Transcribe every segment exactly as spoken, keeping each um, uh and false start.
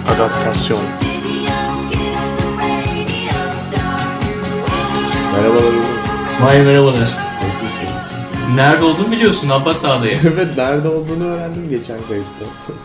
Adaptasyon. Merhabalar Umut. Vay merhabalar. Nasılsın? Nerede olduğunu biliyorsun, Abbas Ağa'dayım. Evet, nerede olduğunu öğrendim geçen kayıtta.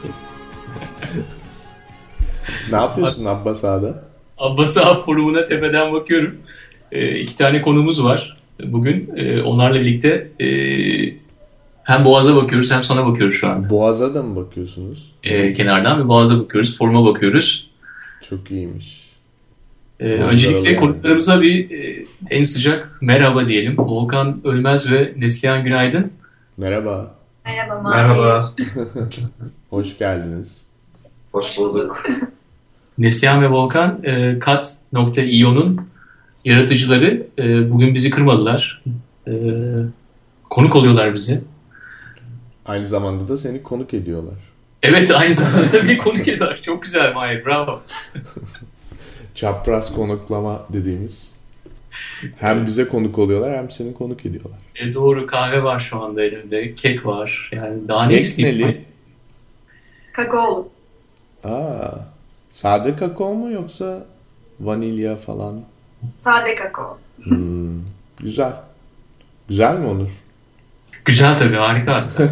Ne yapıyorsun Abbas Ağa'da? Abbas Ağa forumuna tepeden bakıyorum. Ee, iki tane konumuz var bugün. Ee, onlarla birlikte e, hem Boğaz'a bakıyoruz hem sana bakıyoruz şu anda. Boğaz'a da mı bakıyorsunuz? Ee, kenardan bir Boğaz'a bakıyoruz, foruma bakıyoruz. Çok iyiymiş. Ee, Manzaralı öncelikle yani. konuklarımıza bir e, en sıcak merhaba diyelim. Volkan Ölmez ve Neslihan Günaydın. Merhaba. Merhaba Mahir. Merhaba, Hoş geldiniz. hoş bulduk. Neslihan ve Volkan e, kat nokta io'nun yaratıcıları. E, bugün bizi kırmadılar. E, konuk oluyorlar bize. Aynı zamanda da seni konuk ediyorlar. Evet, aynı zamanda bir konuk ediyorlar. Çok güzel Mahir, bravo. Çapraz konuklama dediğimiz. Hem bize konuk oluyorlar hem seni konuk ediyorlar. E, doğru, kahve var şu anda elimde, kek var. Yani daha ne Kek isteyeyim? neli? Kakaolu. Aa, sade kakao mu yoksa vanilya falan? Sade kakao. Hmm, güzel. Güzel mi Onur? Güzel tabii, harika hatta.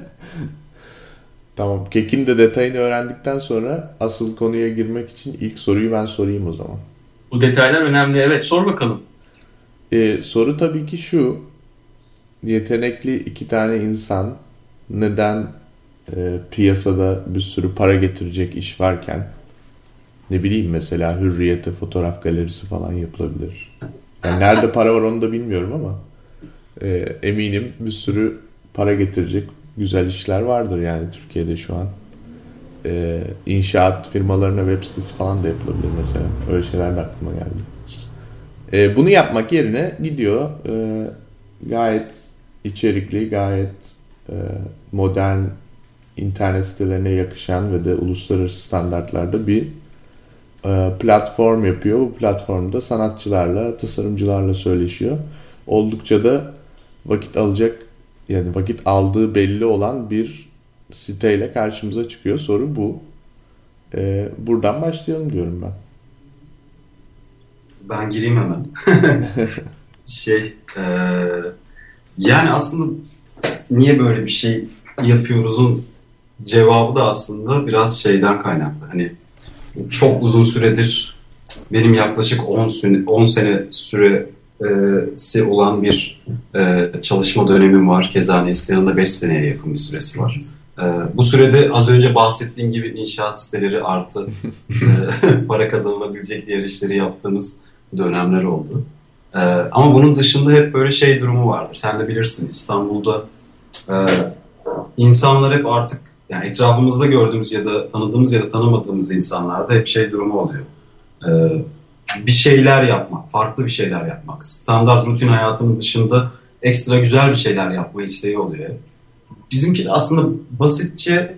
Tamam. Kekin de detayını öğrendikten sonra asıl konuya girmek için ilk soruyu ben sorayım o zaman. Bu detaylar önemli. Evet, sor bakalım. Ee, soru tabii ki şu. Yetenekli iki tane insan neden e, piyasada bir sürü para getirecek iş varken, ne bileyim, mesela Hürriyet'e fotoğraf galerisi falan yapılabilir. Yani nerede para var onu da bilmiyorum ama e, eminim bir sürü para getirecek güzel işler vardır yani Türkiye'de şu an. E, inşaat firmalarına web sitesi falan da yapılabilir mesela. Öyle şeyler de aklıma geldi. E, bunu yapmak yerine gidiyor e, gayet içerikli, gayet e, modern internet sitelerine yakışan ve de uluslararası standartlarda bir e, platform yapıyor. Bu platformda sanatçılarla, tasarımcılarla söyleşiyor. Oldukça da vakit alacak, yani vakit aldığı belli olan bir siteyle karşımıza çıkıyor. Soru bu. E, buradan başlayalım diyorum ben. Ben gireyim hemen. Şey, eee, yani aslında niye böyle bir şey yapıyoruzun cevabı da aslında biraz şeyden kaynaklı. Hani çok uzun süredir benim yaklaşık on sene, on sene süresi olan bir eee, çalışma dönemim var. Keza Neslihan'ın da beş seneye yakın bir süresi var. Eee, bu sürede az önce bahsettiğim gibi inşaat siteleri artı eee, para kazanılabilecek diğer işleri yaptığımız dönemler oldu. Ee, ama bunun dışında hep böyle şey durumu vardır. Sen de bilirsin, İstanbul'da e, insanlar hep artık, yani etrafımızda gördüğümüz ya da tanıdığımız ya da tanımadığımız insanlarda hep şey durumu oluyor. Ee, bir şeyler yapmak, farklı bir şeyler yapmak, standart rutin hayatının dışında ekstra güzel bir şeyler yapma isteği oluyor. Bizimki de aslında basitçe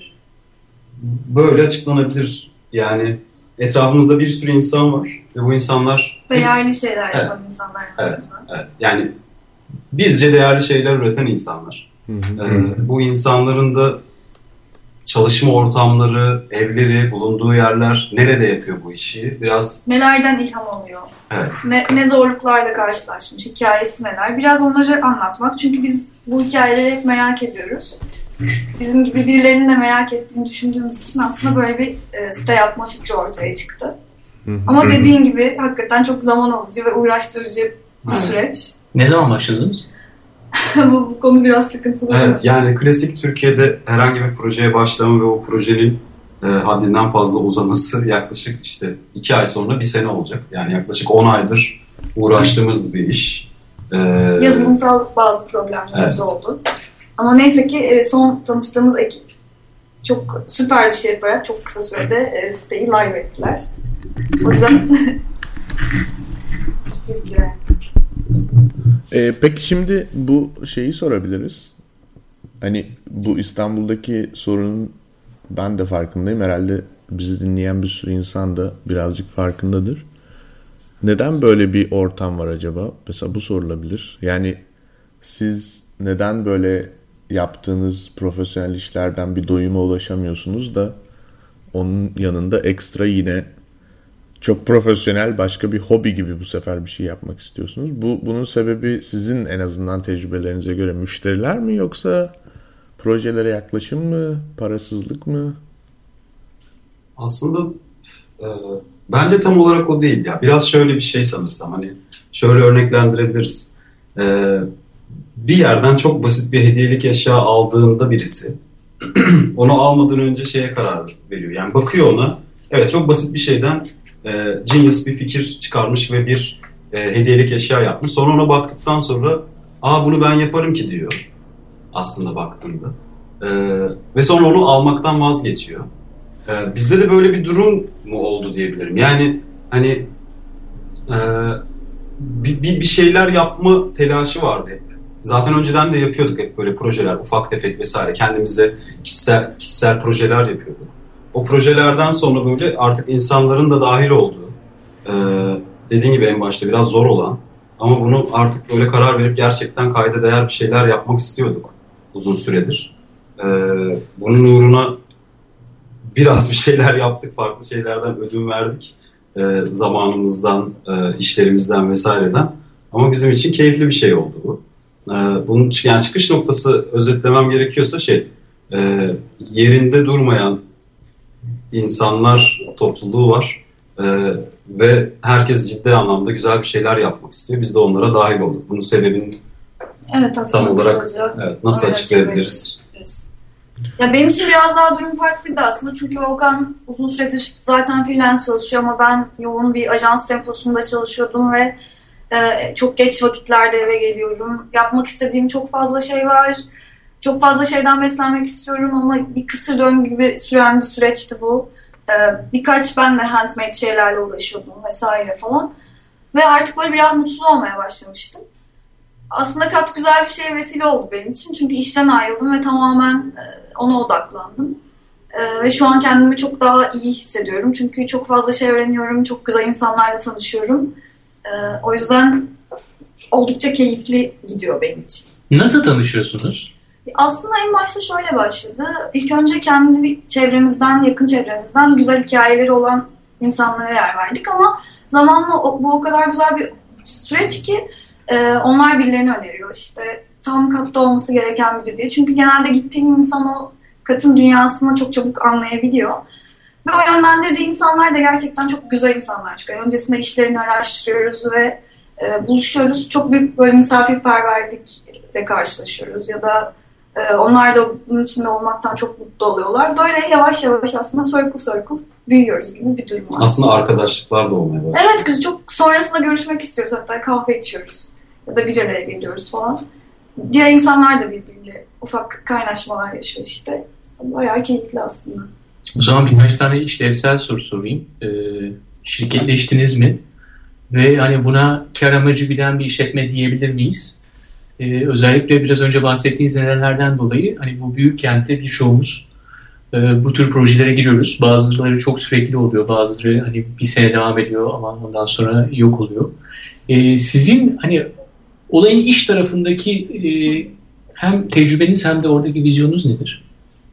böyle açıklanabilir. Yani etrafımızda bir sürü insan var ve bu insanlar Değerli şeyler Evet. yapan insanlar Evet. aslında. Evet, yani bizce değerli şeyler üreten insanlar. Hı hı. Ee, bu insanların da çalışma ortamları, evleri, bulunduğu yerler nerede yapıyor bu işi? Biraz Nelerden ilham alıyor? evet, Ne, ne zorluklarla karşılaşmış? Hikayesi neler? Biraz onları anlatmak. Çünkü biz bu hikayeleri hep merak ediyoruz. Bizim gibi birilerinin de merak ettiğini düşündüğümüz için aslında böyle bir e, site yapma fikri ortaya çıktı. Hı hı. Ama dediğin gibi hakikaten çok zaman alıcı ve uğraştırıcı bir Evet. süreç. Ne zaman başladınız? bu, bu konu biraz sıkıntılı. evet. Yani klasik Türkiye'de herhangi bir projeye başlama ve o projenin e, haddinden fazla uzaması yaklaşık işte iki ay sonra bir sene olacak. Yani yaklaşık on aydır uğraştığımız bir iş. Ee, Yazılımsal bazı problemlerimiz Evet. oldu. Ama neyse ki e, son tanıştığımız ekip çok süper bir şey yaparak çok kısa sürede e, siteyi live ettiler. O yüzden güzel. Ee, peki şimdi bu şeyi sorabiliriz. Hani bu İstanbul'daki sorunun ben de farkındayım. Herhalde bizi dinleyen bir sürü insan da birazcık farkındadır. Neden böyle bir ortam var acaba? Mesela bu sorulabilir. Yani siz neden böyle yaptığınız profesyonel işlerden bir doyuma ulaşamıyorsunuz da onun yanında ekstra yine çok profesyonel başka bir hobi gibi bu sefer bir şey yapmak istiyorsunuz. Bu bunun sebebi sizin en azından tecrübelerinize göre müşteriler mi yoksa projelere yaklaşım mı, parasızlık mı? Aslında e, bence tam olarak o değil ya. Biraz şöyle bir şey sanırsam hani şöyle örneklendirebiliriz. E, bir yerden çok basit bir hediyelik eşya aldığında birisi onu almadan önce şeye karar veriyor. Yani bakıyor ona. Evet, çok basit bir şeyden e, genius bir fikir çıkarmış ve bir e, hediyelik eşya yapmış. Sonra ona baktıktan sonra aa bunu ben yaparım ki diyor aslında baktığında. E, ve sonra onu almaktan vazgeçiyor. E, bizde de böyle bir durum mu oldu diyebilirim. Yani hani e, bir, bir, bir şeyler yapma telaşı vardı hep. Zaten önceden de yapıyorduk hep böyle projeler, ufak tefek vesaire. Kendimize kişisel, kişisel projeler yapıyorduk. O projelerden sonra böyle artık insanların da dahil olduğu, e, dediğin gibi en başta biraz zor olan ama bunu artık böyle karar verip gerçekten kayda değer bir şeyler yapmak istiyorduk uzun süredir. E, bunun uğruna biraz bir şeyler yaptık, farklı şeylerden ödün verdik. E, zamanımızdan, e, işlerimizden vesaireden. Ama bizim için keyifli bir şey oldu bu. E, bunun yani çıkış noktası özetlemem gerekiyorsa şey, e, yerinde durmayan insanlar topluluğu var ee, ve herkes ciddi anlamda güzel bir şeyler yapmak istiyor. Biz de onlara dahil olduk. Bunun sebebini Evet, tam olarak evet, nasıl açıklayabiliriz? Ya benim için biraz daha durum farklıydı aslında. Çünkü Volkan uzun süredir zaten freelance çalışıyor ama ben yoğun bir ajans temposunda çalışıyordum ve e, çok geç vakitlerde eve geliyorum. Yapmak istediğim çok fazla şey var. Çok fazla şeyden beslenmek istiyorum ama bir kısır döngü gibi süren bir süreçti bu. Ee, birkaç ben de handmade şeylerle uğraşıyordum vesaire falan. Ve artık böyle biraz mutsuz olmaya başlamıştım. Aslında Kat güzel bir şeye vesile oldu benim için. Çünkü işten ayrıldım ve tamamen e, ona odaklandım. E, ve şu an kendimi çok daha iyi hissediyorum. Çünkü çok fazla şey öğreniyorum, çok güzel insanlarla tanışıyorum. E, o yüzden oldukça keyifli gidiyor benim için. Nasıl tanışıyorsunuz? Aslında en başta şöyle başladı. İlk önce kendi çevremizden, yakın çevremizden güzel hikayeleri olan insanlara yer verdik ama zamanla bu o kadar güzel bir süreç ki onlar birilerini öneriyor. İşte tam Kat'ta olması gereken biri diye. Çünkü genelde gittiğin insan o Kat'ın dünyasını çok çabuk anlayabiliyor. Ve o yönlendirdiği insanlar da gerçekten çok güzel insanlar çıkıyor. Öncesinde işlerini araştırıyoruz ve buluşuyoruz. Çok büyük böyle misafirperverlikle karşılaşıyoruz ya da Ee, onlar da bunun içinde olmaktan çok mutlu oluyorlar. Böyle yavaş yavaş aslında circle circle büyüyoruz gibi bir durum var. Aslında arkadaşlıklar da olmaya başlıyor. Evet, çok sonrasında görüşmek istiyoruz. Hatta kahve içiyoruz. Ya da bir araya geliyoruz falan. Diğer insanlar da birbiriyle ufak kaynaşmalar yaşıyor işte. Bayağı keyifli aslında. O zaman birkaç tane işlevsel soru sorayım. Ee, şirketleştiniz mi? Ve hani buna kar amacı güden bir işletme diyebilir miyiz? Ee, özellikle biraz önce bahsettiğiniz nedenlerden dolayı hani bu büyük kentte birçoğumuz e, bu tür projelere giriyoruz. Bazıları çok sürekli oluyor, bazıları hani bir sene devam ediyor ama ondan sonra yok oluyor. Ee, sizin hani olayın iş tarafındaki e, hem tecrübeniz hem de oradaki vizyonunuz nedir?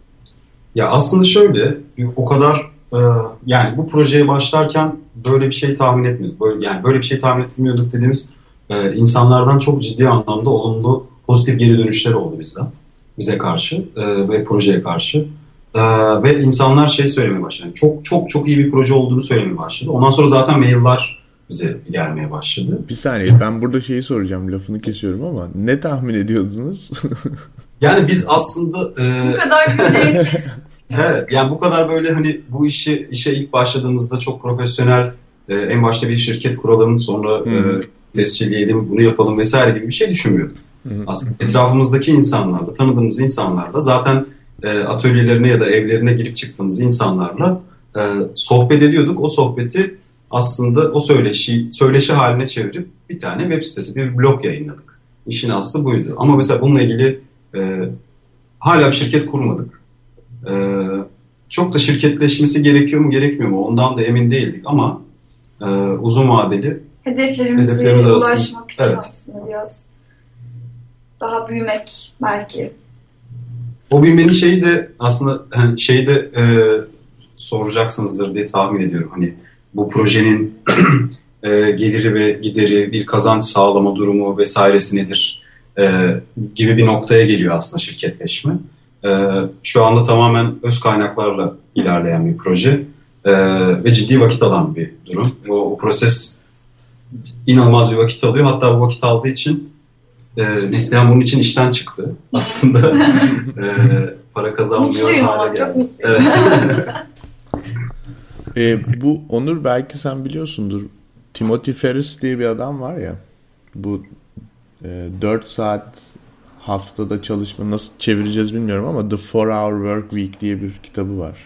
Ya aslında şöyle, o kadar e, yani bu projeye başlarken böyle bir şey tahmin etmiyorduk. Böyle, yani böyle bir şey tahmin etmiyorduk dediğimiz Ee, insanlardan çok ciddi anlamda olumlu, pozitif geri dönüşler oldu bizden, bize karşı e, ve projeye karşı. E, ve insanlar şey söylemeye başladı. Çok çok çok iyi bir proje olduğunu söylemeye başladı. Ondan sonra zaten mailler bize gelmeye başladı. Bir saniye, ben burada şeyi soracağım, lafını kesiyorum ama ne tahmin ediyordunuz? Yani biz aslında e, bu kadar büyüyeceğini biz evet, yani bu kadar böyle hani bu işi işe ilk başladığımızda çok profesyonel, e, en başta bir şirket kuralım, sonra hmm. e, tescilleyelim, bunu yapalım vesaire gibi bir şey düşünmüyordum. Hmm. Aslında etrafımızdaki insanlarla, tanıdığımız insanlarla, zaten e, atölyelerine ya da evlerine girip çıktığımız insanlarla e, sohbet ediyorduk. O sohbeti aslında o söyleşi söyleşi haline çevirip bir tane web sitesi, bir blog yayınladık. İşin aslı buydu. Ama mesela bununla ilgili e, hala bir şirket kurmadık. E, çok da şirketleşmesi gerekiyor mu gerekmiyor mu ondan da emin değildik ama e, uzun vadeli hedeflerimize hedeflerimiz ulaşmak için evet. aslında biraz daha büyümek belki. O büyümenin şeyi de aslında hani şeyi de e, soracaksınızdır diye tahmin ediyorum. Hani bu projenin e, geliri ve gideri, bir kazanç sağlama durumu vesairesi nedir e, gibi bir noktaya geliyor aslında şirketleşme. E, şu anda tamamen öz kaynaklarla ilerleyen bir proje e, ve ciddi vakit alan bir durum. O, o proses inanılmaz bir vakit alıyor. Hatta bu vakit aldığı için e, Neslihan bunun için işten çıktı. Aslında e, para kazanmıyor hale geldi. Evet. e, bu Onur, belki sen biliyorsundur. Timothy Ferris diye bir adam var ya. Bu e, dört saat haftada çalışma, nasıl çevireceğiz bilmiyorum ama The four hour Work Week diye bir kitabı var.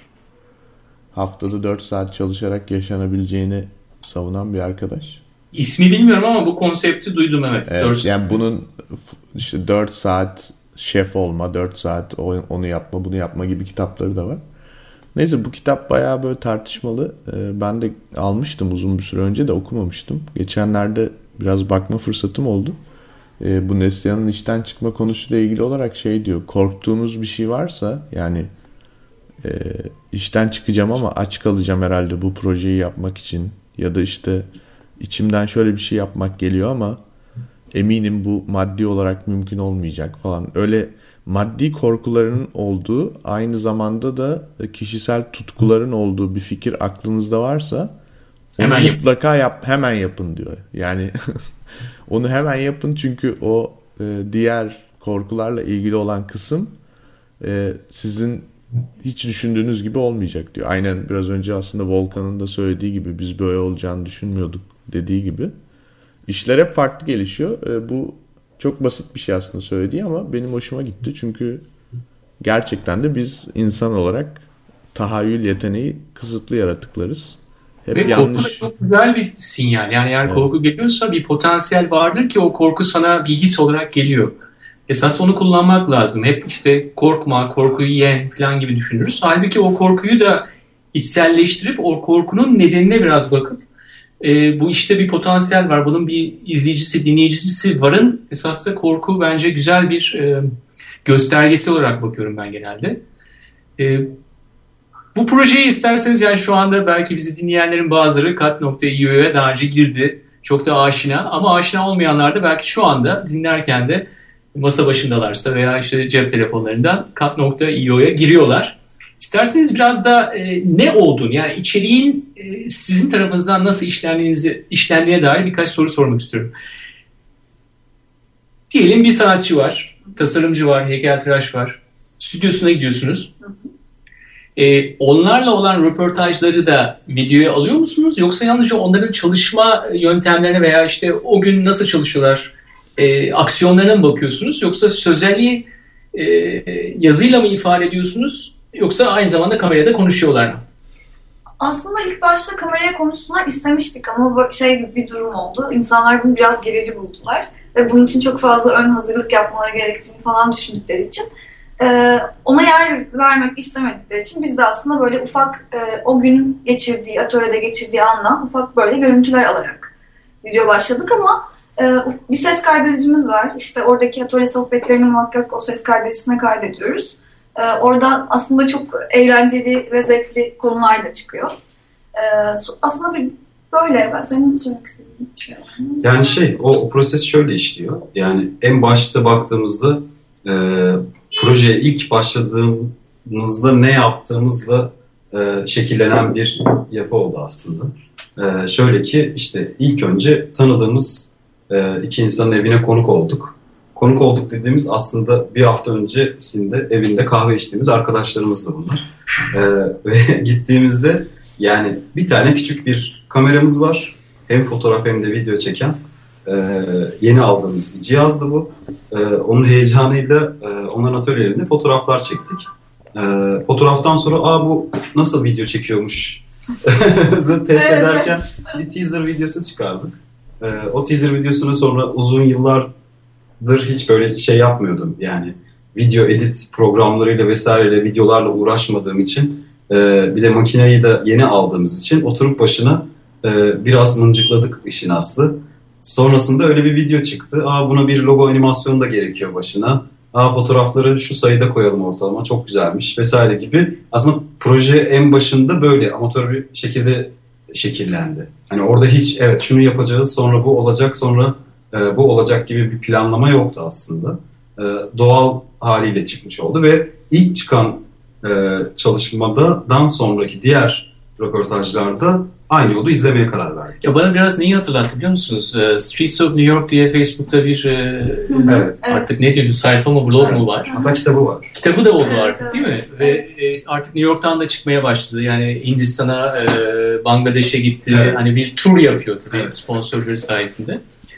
Haftada dört saat çalışarak yaşanabileceğini savunan bir arkadaş. İsmi bilmiyorum ama bu konsepti duydum, evet. Evet, dört... yani bunun işte dört saat şef olma, dört saat onu yapma, bunu yapma gibi kitapları da var. Neyse, bu kitap bayağı böyle tartışmalı. Ben de almıştım uzun bir süre önce de okumamıştım. Geçenlerde biraz bakma fırsatım oldu. Bu Neslihan'ın işten çıkma konusuyla ilgili olarak şey diyor. Korktuğunuz bir şey varsa, yani e, işten çıkacağım ama aç kalacağım herhalde bu projeyi yapmak için, ya da işte içimden şöyle bir şey yapmak geliyor ama eminim bu maddi olarak mümkün olmayacak falan. Öyle maddi korkuların olduğu, aynı zamanda da kişisel tutkuların olduğu bir fikir aklınızda varsa hemen mutlaka yap, hemen yapın diyor. Yani onu hemen yapın, çünkü o e, diğer korkularla ilgili olan kısım e, sizin hiç düşündüğünüz gibi olmayacak diyor. Aynen biraz önce aslında Volkan'ın da söylediği gibi, biz böyle olacağını düşünmüyorduk dediği gibi. İşler hep farklı gelişiyor. E, bu çok basit bir şey aslında söylediği ama benim hoşuma gitti. Çünkü gerçekten de biz insan olarak tahayyül yeteneği kısıtlı yaratıklarız. Hep Ve yanlış... korku çok güzel bir sinyal. Yani eğer evet. korku geliyorsa bir potansiyel vardır ki o korku sana bir his olarak geliyor. Esas onu kullanmak lazım. Hep işte korkma, korkuyu yen falan gibi düşünürüz. Halbuki o korkuyu da içselleştirip o korkunun nedenine biraz bakıp e, bu işte bir potansiyel var. Bunun bir izleyicisi, dinleyicisi varın. Esas da korku bence güzel bir e, göstergesi olarak bakıyorum ben genelde. E, bu projeyi isterseniz, yani şu anda belki bizi dinleyenlerin bazıları kat nokta io'ya daha önce girdi. Çok da aşina, ama aşina olmayanlar da belki şu anda dinlerken de masa başındalarsa veya işte cep telefonlarından kat nokta io'ya giriyorlar. İsterseniz biraz da e, ne olduğunu, yani içeriğin e, sizin tarafınızdan nasıl işlendiğinizi, işlendiğine dair birkaç soru sormak istiyorum. Diyelim bir sanatçı var, tasarımcı var, heykeltıraş var. Stüdyosuna gidiyorsunuz. E, onlarla olan röportajları da videoya alıyor musunuz? Yoksa yalnızca onların çalışma yöntemlerine veya işte o gün nasıl çalışıyorlar, e, aksiyonlarına mı bakıyorsunuz? Yoksa sözelliği e, yazıyla mı ifade ediyorsunuz? Yoksa aynı zamanda kameraya da konuşuyorlar mı? Aslında ilk başta kameraya konuşsunlar istemiştik ama şey bir durum oldu. İnsanlar bunu biraz gerici buldular ve bunun için çok fazla ön hazırlık yapmaları gerektiğini falan düşündükleri için e, ona yer vermek istemedikleri için biz de aslında böyle ufak e, o gün geçirdiği, atölyede geçirdiği andan ufak böyle görüntüler alarak video başladık ama e, bir ses kaydedicimiz var. İşte oradaki atölye sohbetlerini muhakkak o ses kaydedicisine kaydediyoruz. Ee, oradan aslında çok eğlenceli ve zevkli konular da çıkıyor. Ee, aslında bir, böyle ben senin söylemek istediğin bir şey var. Yani şey, o, o proses şöyle işliyor. Yani en başta baktığımızda e, projeye ilk başladığımızda ne yaptığımızla e, şekillenen bir yapı oldu aslında. E, şöyle ki işte ilk önce tanıdığımız e, iki insanın evine konuk olduk. Konuk olduk dediğimiz aslında bir hafta öncesinde evinde kahve içtiğimiz arkadaşlarımız da bunlar. Ee, ve gittiğimizde yani bir tane küçük bir kameramız var. Hem fotoğraf hem de video çeken. Ee, yeni aldığımız bir cihazdı bu. Ee, onun heyecanıyla e, onların atölyelerinde fotoğraflar çektik. Ee, fotoğraftan sonra aa bu nasıl video çekiyormuş test ederken bir teaser videosu çıkardık. Ee, o teaser videosunu sonra uzun yıllar hiç böyle şey yapmıyordum, yani video edit programlarıyla vesaireyle videolarla uğraşmadığım için e, bir de makineyi de yeni aldığımız için oturup başına e, biraz mıncıkladık işin aslı. Sonrasında öyle bir video çıktı. Aa buna bir logo animasyonu da gerekiyor başına. Aa, fotoğrafları şu sayıda koyalım ortalama, çok güzelmiş vesaire gibi. Aslında proje en başında böyle amatör bir şekilde şekillendi. Hani orada hiç evet şunu yapacağız, sonra bu olacak, sonra e, bu olacak gibi bir planlama yoktu aslında. E, doğal haliyle çıkmış oldu ve ilk çıkan e, çalışmadan sonraki diğer röportajlarda aynı yolu izlemeye karar verdik. Ya bana biraz neyi hatırlattı biliyor musunuz? Uh, Streets of New York diye Facebook'ta bir uh, evet. artık ne diyorsun, sayfa mı, blog evet. mu var? Hatta kitabı var. Kitabı da oldu evet, artık evet. değil mi? Ve e, artık New York'tan da çıkmaya başladı. Yani Hindistan'a, e, Bangladeş'e gitti. Evet. Hani bir tur yapıyordu evet. sponsorları sayesinde.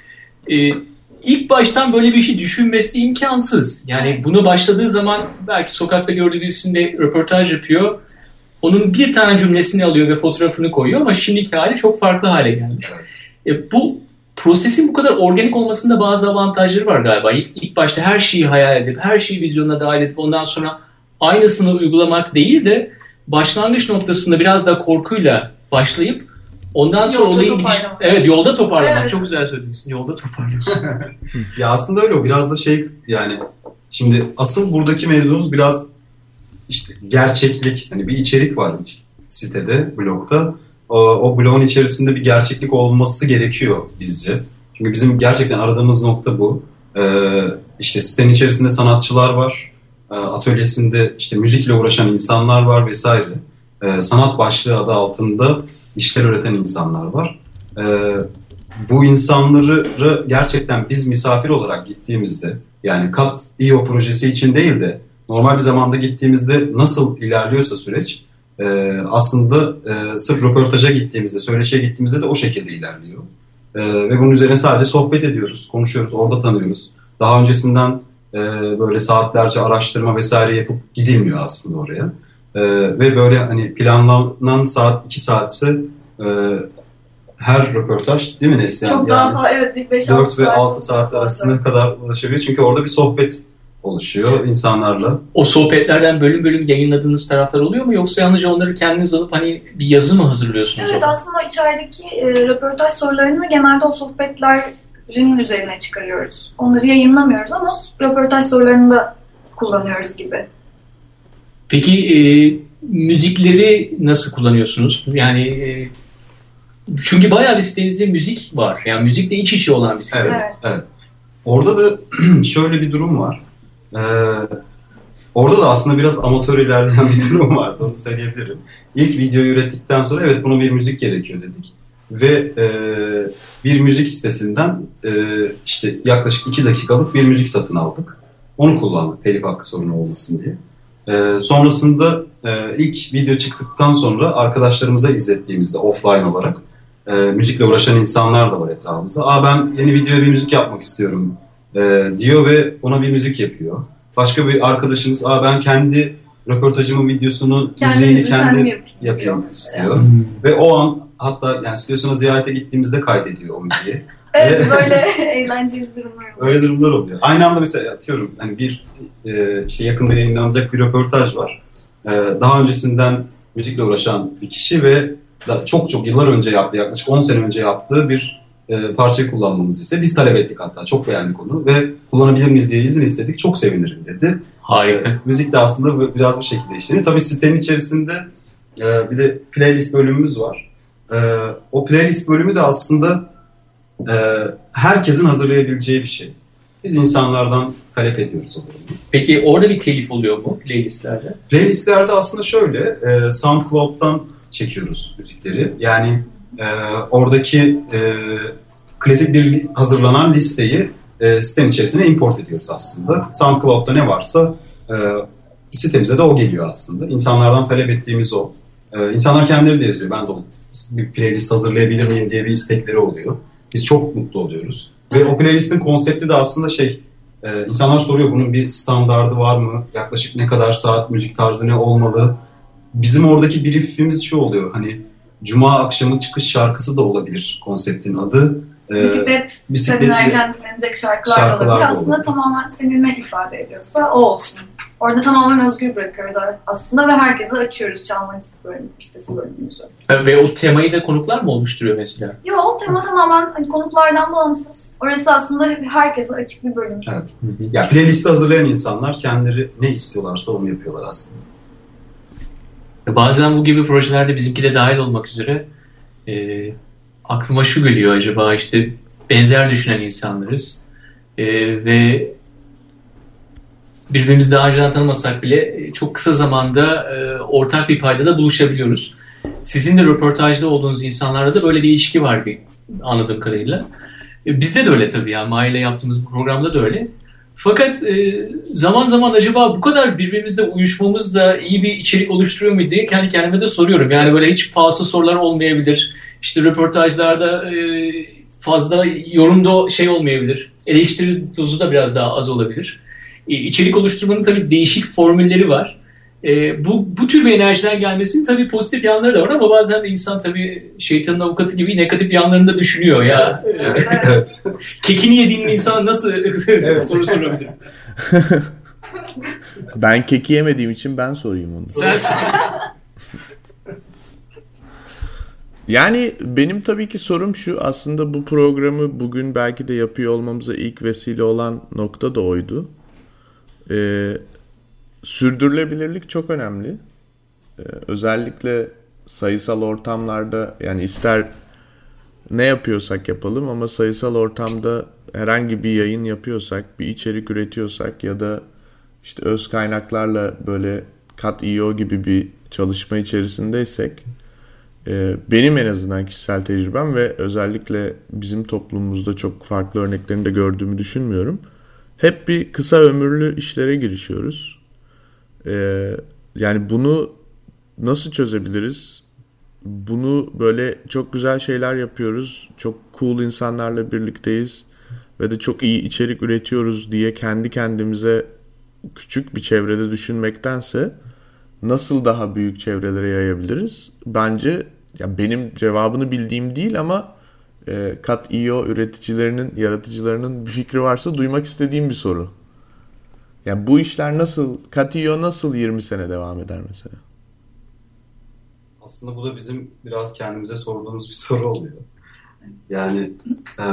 E, ilk baştan böyle bir şey düşünmesi imkansız. Yani bunu başladığı zaman belki sokakta gördüğü birisinde röportaj yapıyor. Onun bir tane cümlesini alıyor ve fotoğrafını koyuyor ama şimdiki hali çok farklı hale gelmiş. Evet. E, bu prosesin bu kadar organik olmasında bazı avantajları var galiba. İlk, ilk başta her şeyi hayal edip, her şeyi vizyonuna dahil edip ondan sonra aynısını uygulamak değil de başlangıç noktasında biraz da korkuyla başlayıp ondan sonra yolda olayın gidiş... Evet, yolda toparlamak. Evet. Çok güzel söylediniz. Yolda toparlıyorsun. Ya aslında öyle o. Biraz da şey yani şimdi asıl buradaki mevzumuz biraz işte gerçeklik. Hani bir içerik var sitede, blogda. O, o blogun içerisinde bir gerçeklik olması gerekiyor bizce. Çünkü bizim gerçekten aradığımız nokta bu. Ee, işte sitenin içerisinde sanatçılar var. Ee, atölyesinde işte müzikle uğraşan insanlar var vesaire. Ee, sanat başlığı adı altında işler üreten insanlar var. Ee, bu insanları gerçekten biz misafir olarak gittiğimizde, yani Kat İ O projesi için değil de normal bir zamanda gittiğimizde nasıl ilerliyorsa süreç, e, aslında e, sırf röportaja gittiğimizde, söyleşiye gittiğimizde de o şekilde ilerliyor. E, ve bunun üzerine sadece sohbet ediyoruz, konuşuyoruz, orada tanıyoruz. Daha öncesinden e, böyle saatlerce araştırma vesaire yapıp gidilmiyor aslında oraya. E, ve böyle hani planlanan saat iki saatse e, her röportaj değil mi Neslihan? Çok yani daha evet, beş dört ve altı saat arasına kadar ulaşabiliyor. Çünkü orada bir sohbet oluşuyor insanlarla. O sohbetlerden bölüm bölüm yayınladığınız taraflar oluyor mu? Yoksa yalnızca onları kendiniz alıp hani bir yazı mı hazırlıyorsunuz? Evet, aslında içerideki e, röportaj sorularını genelde o sohbetlerin üzerine çıkarıyoruz. Onları yayınlamıyoruz ama röportaj sorularını da kullanıyoruz gibi. Peki e, müzikleri nasıl kullanıyorsunuz? Yani e, çünkü bayağı bir sitenizde müzik var. Yani müzikle iç içe olan bir site. Evet, evet. evet. Orada da şöyle bir durum var. Ee, orada da aslında biraz amatör ilerleyen bir durum var. Onu söyleyebilirim. İlk videoyu ürettikten sonra evet buna bir müzik gerekiyor dedik. Ve e, bir müzik sitesinden e, işte yaklaşık iki dakikalık bir müzik satın aldık. Onu kullandık telif hakkı sorunu olmasın diye. E, sonrasında e, ilk video çıktıktan sonra arkadaşlarımıza izlettiğimizde offline olarak e, müzikle uğraşan insanlar da var etrafımızda. Aa ben yeni videoya bir müzik yapmak istiyorum e, diyor ve ona bir müzik yapıyor. Başka bir arkadaşımız aa ben kendi röportajımın videosunu, kendi müziğini kendi yapayım istiyor. Hmm. Ve o an hatta yani stüdyosuna ziyarete gittiğimizde kaydediyor o müziği. Evet böyle eğlenceli durumlar var. Öyle durumlar oluyor. Aynı anda mesela atıyorum hani bir e, işte yakında yayınlanacak bir röportaj var. E, daha öncesinden müzikle uğraşan bir kişi ve çok çok yıllar önce yaptığı, yaklaşık on sene önce yaptığı bir e, parçayı kullanmamızı ise biz talep ettik hatta. Çok beğendik onu ve kullanabilir miyiz diye izin istedik. Çok sevinirim dedi. Harika. E, müzik de aslında biraz bu şekilde işleniyor. Tabii sitenin içerisinde e, bir de playlist bölümümüz var. E, o playlist bölümü de aslında e, herkesin hazırlayabileceği bir şey. Biz insanlardan talep ediyoruz o bölümü. Peki orada bir telif oluyor mu playlistlerde? Playlistlerde aslında şöyle, e, SoundCloud'dan çekiyoruz müzikleri. Yani e, oradaki e, klasik bir hazırlanan listeyi e, sitenin içerisine import ediyoruz aslında. SoundCloud'da ne varsa e, sitemize de o geliyor aslında. İnsanlardan talep ettiğimiz o. E, insanlar kendileri de yazıyor. Ben de bir playlist hazırlayabilir miyim diye bir istekleri oluyor. Biz çok mutlu oluyoruz. Ve o playlistin konsepti de aslında şey, e, insanlar soruyor bunun bir standardı var mı? Yaklaşık ne kadar saat, müzik tarzı ne olmalı? Bizim oradaki briefimiz şu oluyor, hani Cuma akşamı çıkış şarkısı da olabilir konseptin adı. e, Bisiklet dinlerken dinlenecek şarkılar, şarkılar da olabilir. Aslında olur. Tamamen senin ne ifade ediyorsa o olsun. Orada tamamen özgür bırakıyoruz aslında ve herkese açıyoruz çalma listesi bölümümüzü. Ve o temayı da konuklar mı oluşturuyor mesela? Yok, o tema tamamen hani konuklardan bağımsız. Orası aslında herkese açık bir bölüm. Evet. Ya playlisti hazırlayan insanlar kendileri ne istiyorlarsa onu yapıyorlar aslında. Bazen bu gibi projelerde bizimki de dahil olmak üzere e, aklıma şu geliyor, acaba işte benzer düşünen insanlarız e, ve birbirimizi daha önceden tanımasak bile çok kısa zamanda e, ortak bir paydada buluşabiliyoruz. Sizin de röportajda olduğunuz insanlarla da böyle bir ilişki var bir, anladığım kadarıyla. E, bizde de öyle tabii ya. Maile yaptığımız bu programda da öyle. Fakat e, zaman zaman acaba bu kadar birbirimizle uyuşmamızla iyi bir içerik oluşturuyor mu diye kendi kendime de soruyorum. Yani böyle hiç fasıl sorular olmayabilir. İşte röportajlarda e, fazla yorumda şey olmayabilir. Eleştiri dozu da biraz daha az olabilir. E, içerik oluşturmanın tabii değişik formülleri var. E, bu, bu tür bir enerjiden gelmesinin tabii pozitif yanları da var ama bazen de insan tabii şeytanın avukatı gibi negatif yanlarını da düşünüyor. Ya, evet. Evet. Kekini yediğin insan nasıl evet. soru sorabilir? Ben keki yemediğim için ben sorayım onu. Sen Yani benim tabii ki sorum şu, aslında bu programı bugün belki de yapıyor olmamıza ilk vesile olan nokta da oydu. Ee, sürdürülebilirlik çok önemli. Ee, özellikle sayısal ortamlarda, yani ister ne yapıyorsak yapalım ama sayısal ortamda herhangi bir yayın yapıyorsak, bir içerik üretiyorsak ya da işte öz kaynaklarla böyle Cut nokta io gibi bir çalışma içerisindeysek, benim en azından kişisel tecrübem ve özellikle bizim toplumumuzda çok farklı örneklerini de gördüğümü düşünmüyorum. Hep bir kısa ömürlü işlere girişiyoruz. Yani bunu nasıl çözebiliriz? Bunu böyle çok güzel şeyler yapıyoruz, çok cool insanlarla birlikteyiz ve de çok iyi içerik üretiyoruz diye kendi kendimize küçük bir çevrede düşünmektense nasıl daha büyük çevrelere yayabiliriz? Bence ya benim cevabını bildiğim değil ama e, Cut nokta io üreticilerinin, yaratıcılarının bir fikri varsa duymak istediğim bir soru. Yani bu işler nasıl, Cut nokta io nasıl yirmi sene devam eder mesela? Aslında bu da bizim biraz kendimize sorduğumuz bir soru oluyor. Yani e,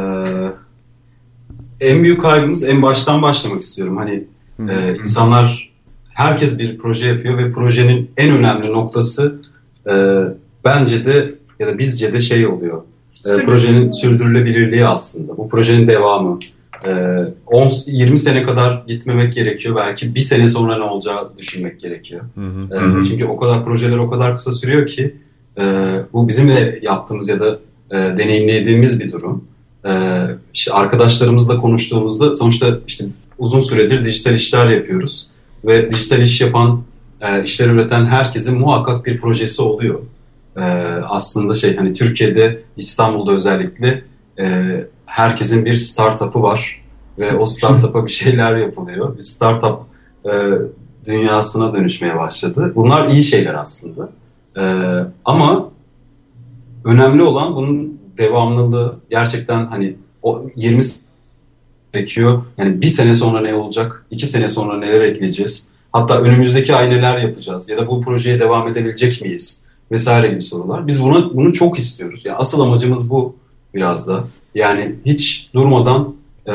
en büyük kaygımız, en baştan başlamak istiyorum. Hani e, insanlar, herkes bir proje yapıyor ve projenin en önemli noktası e, bence de ya da bizce de şey oluyor. E, projenin sürdürülebilirliği aslında. Bu projenin devamı. E, on yirmi sene kadar gitmemek gerekiyor. Belki bir sene sonra ne olacağı düşünmek gerekiyor. Hı hı. E, çünkü o kadar projeler o kadar kısa sürüyor ki e, bu bizim de yaptığımız ya da e, deneyimlediğimiz bir durum. E, işte arkadaşlarımızla konuştuğumuzda sonuçta işte uzun süredir dijital işler yapıyoruz. Ve dijital iş yapan, e, işler üreten herkesin muhakkak bir projesi oluyor. E, aslında şey, hani Türkiye'de, İstanbul'da özellikle e, herkesin bir startup'ı var. Ve o startup'a bir şeyler yapılıyor. Bir startup e, dünyasına dönüşmeye başladı. Bunlar iyi şeyler aslında. E, ama önemli olan bunun devamlılığı. Gerçekten hani o yirmi gerekiyor. Yani bir sene sonra ne olacak? İki sene sonra neler ekleyeceğiz? Hatta önümüzdeki ay neler yapacağız? Ya da bu projeye devam edebilecek miyiz? Vesaire gibi sorular. Biz bunu, bunu çok istiyoruz. Yani asıl amacımız bu biraz da. Yani hiç durmadan e,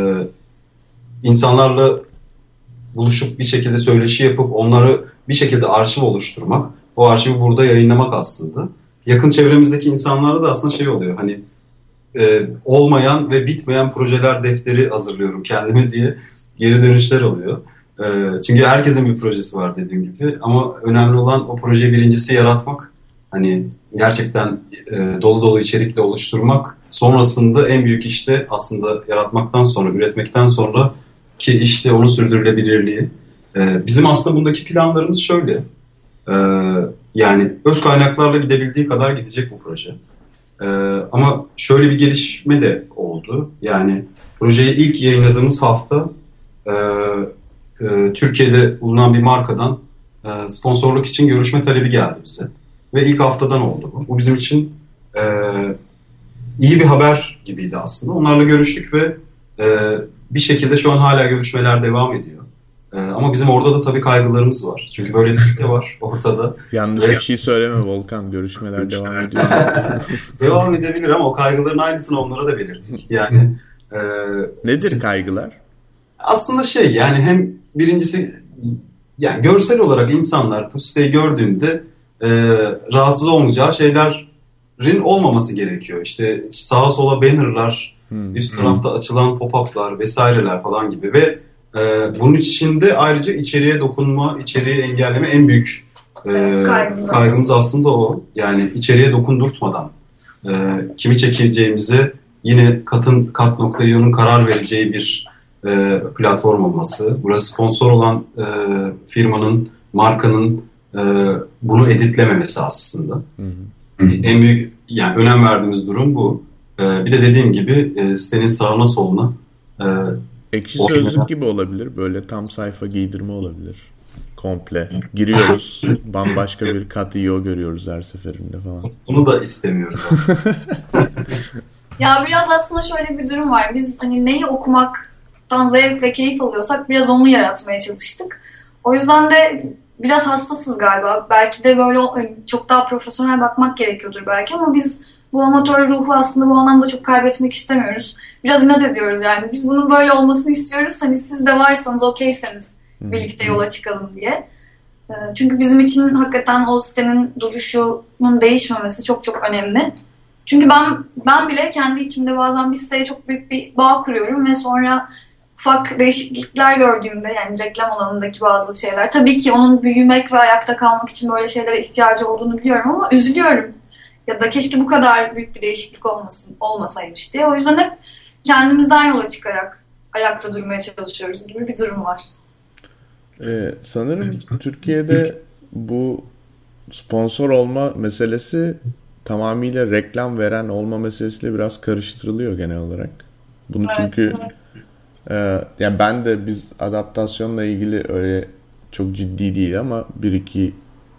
insanlarla buluşup bir şekilde söyleşi yapıp onları bir şekilde arşiv oluşturmak. O arşivi burada yayınlamak aslında. Yakın çevremizdeki insanlarda da aslında şey oluyor. Hani e, olmayan ve bitmeyen projeler defteri hazırlıyorum kendime diye geri dönüşler oluyor. E, çünkü herkesin bir projesi var dediğim gibi. Ama önemli olan o projeyi birincisi yaratmak. Hani gerçekten e, dolu dolu içerikle oluşturmak. Sonrasında en büyük işte aslında yaratmaktan sonra, üretmekten sonra ki işte onun sürdürülebilirliği. E, bizim aslında bundaki planlarımız şöyle. E, yani öz kaynaklarla gidebildiği kadar gidecek bu proje. E, ama şöyle bir gelişme de oldu. Yani projeyi ilk yayınladığımız hafta e, e, Türkiye'de bulunan bir markadan e, sponsorluk için görüşme talebi geldi bize. Ve ilk haftadan oldu bu. Bu bizim için e, iyi bir haber gibiydi aslında. Onlarla görüştük ve e, bir şekilde şu an hala görüşmeler devam ediyor. E, ama bizim orada da tabii kaygılarımız var. Çünkü böyle bir site var ortada. Yanlış bir şey söyleme Volkan. Görüşmeler devam ediyor. Devam edebilir ama o kaygıların aynısını onlara da belirttik. Yani e, nedir sit- kaygılar? Aslında şey yani hem birincisi yani görsel olarak insanlar bu siteyi gördüğünde e, rahatsız olmayacağı şeylerin olmaması gerekiyor. İşte sağa sola bannerlar, hmm. üst tarafta açılan pop-up'lar vesaireler falan gibi ve e, bunun içinde ayrıca içeriye dokunma, içeriği engelleme en büyük e, evet, kaygımız, kaygımız aslında o. Yani içeriye dokundurtmadan e, kimi çekeceğimizi yine katın kat nokta io'nun karar vereceği bir E, platform olması, burası sponsor olan e, firmanın, markanın e, bunu editlememesi aslında. Hı hı. En büyük yani önem verdiğimiz durum bu. E, bir de dediğim gibi e, sitenin sağına soluna e, Ekşi Sözlük gibi olabilir. Böyle tam sayfa giydirme olabilir. Komple. Giriyoruz. Bambaşka bir kat io görüyoruz her seferinde falan. Bunu da istemiyoruz aslında. Ya biraz aslında şöyle bir durum var. Biz hani neyi okumak zevk ve keyif alıyorsak biraz onu yaratmaya çalıştık. O yüzden de biraz hassasız galiba. Belki de böyle çok daha profesyonel bakmak gerekiyordur belki ama biz bu amatör ruhu aslında bu anlamda çok kaybetmek istemiyoruz. Biraz inat ediyoruz yani. Biz bunun böyle olmasını istiyoruz. Hani siz de varsanız, okeyseniz birlikte yola çıkalım diye. Çünkü bizim için hakikaten o sitenin duruşunun değişmemesi çok çok önemli. Çünkü ben ben bile kendi içimde bazen bir siteye çok büyük bir bağ kuruyorum ve sonra ufak değişiklikler gördüğümde yani reklam alanındaki bazı şeyler tabii ki onun büyümek ve ayakta kalmak için böyle şeylere ihtiyacı olduğunu biliyorum ama üzülüyorum. Ya da keşke bu kadar büyük bir değişiklik olmasın, olmasaymış diye. O yüzden hep kendimizden yola çıkarak ayakta durmaya çalışıyoruz gibi bir durum var. Ee, sanırım Türkiye'de bu sponsor olma meselesi tamamıyla reklam veren olma meselesiyle biraz karıştırılıyor genel olarak. Bunu evet, çünkü evet. e, yani ben de biz adaptasyonla ilgili öyle çok ciddi değil ama bir iki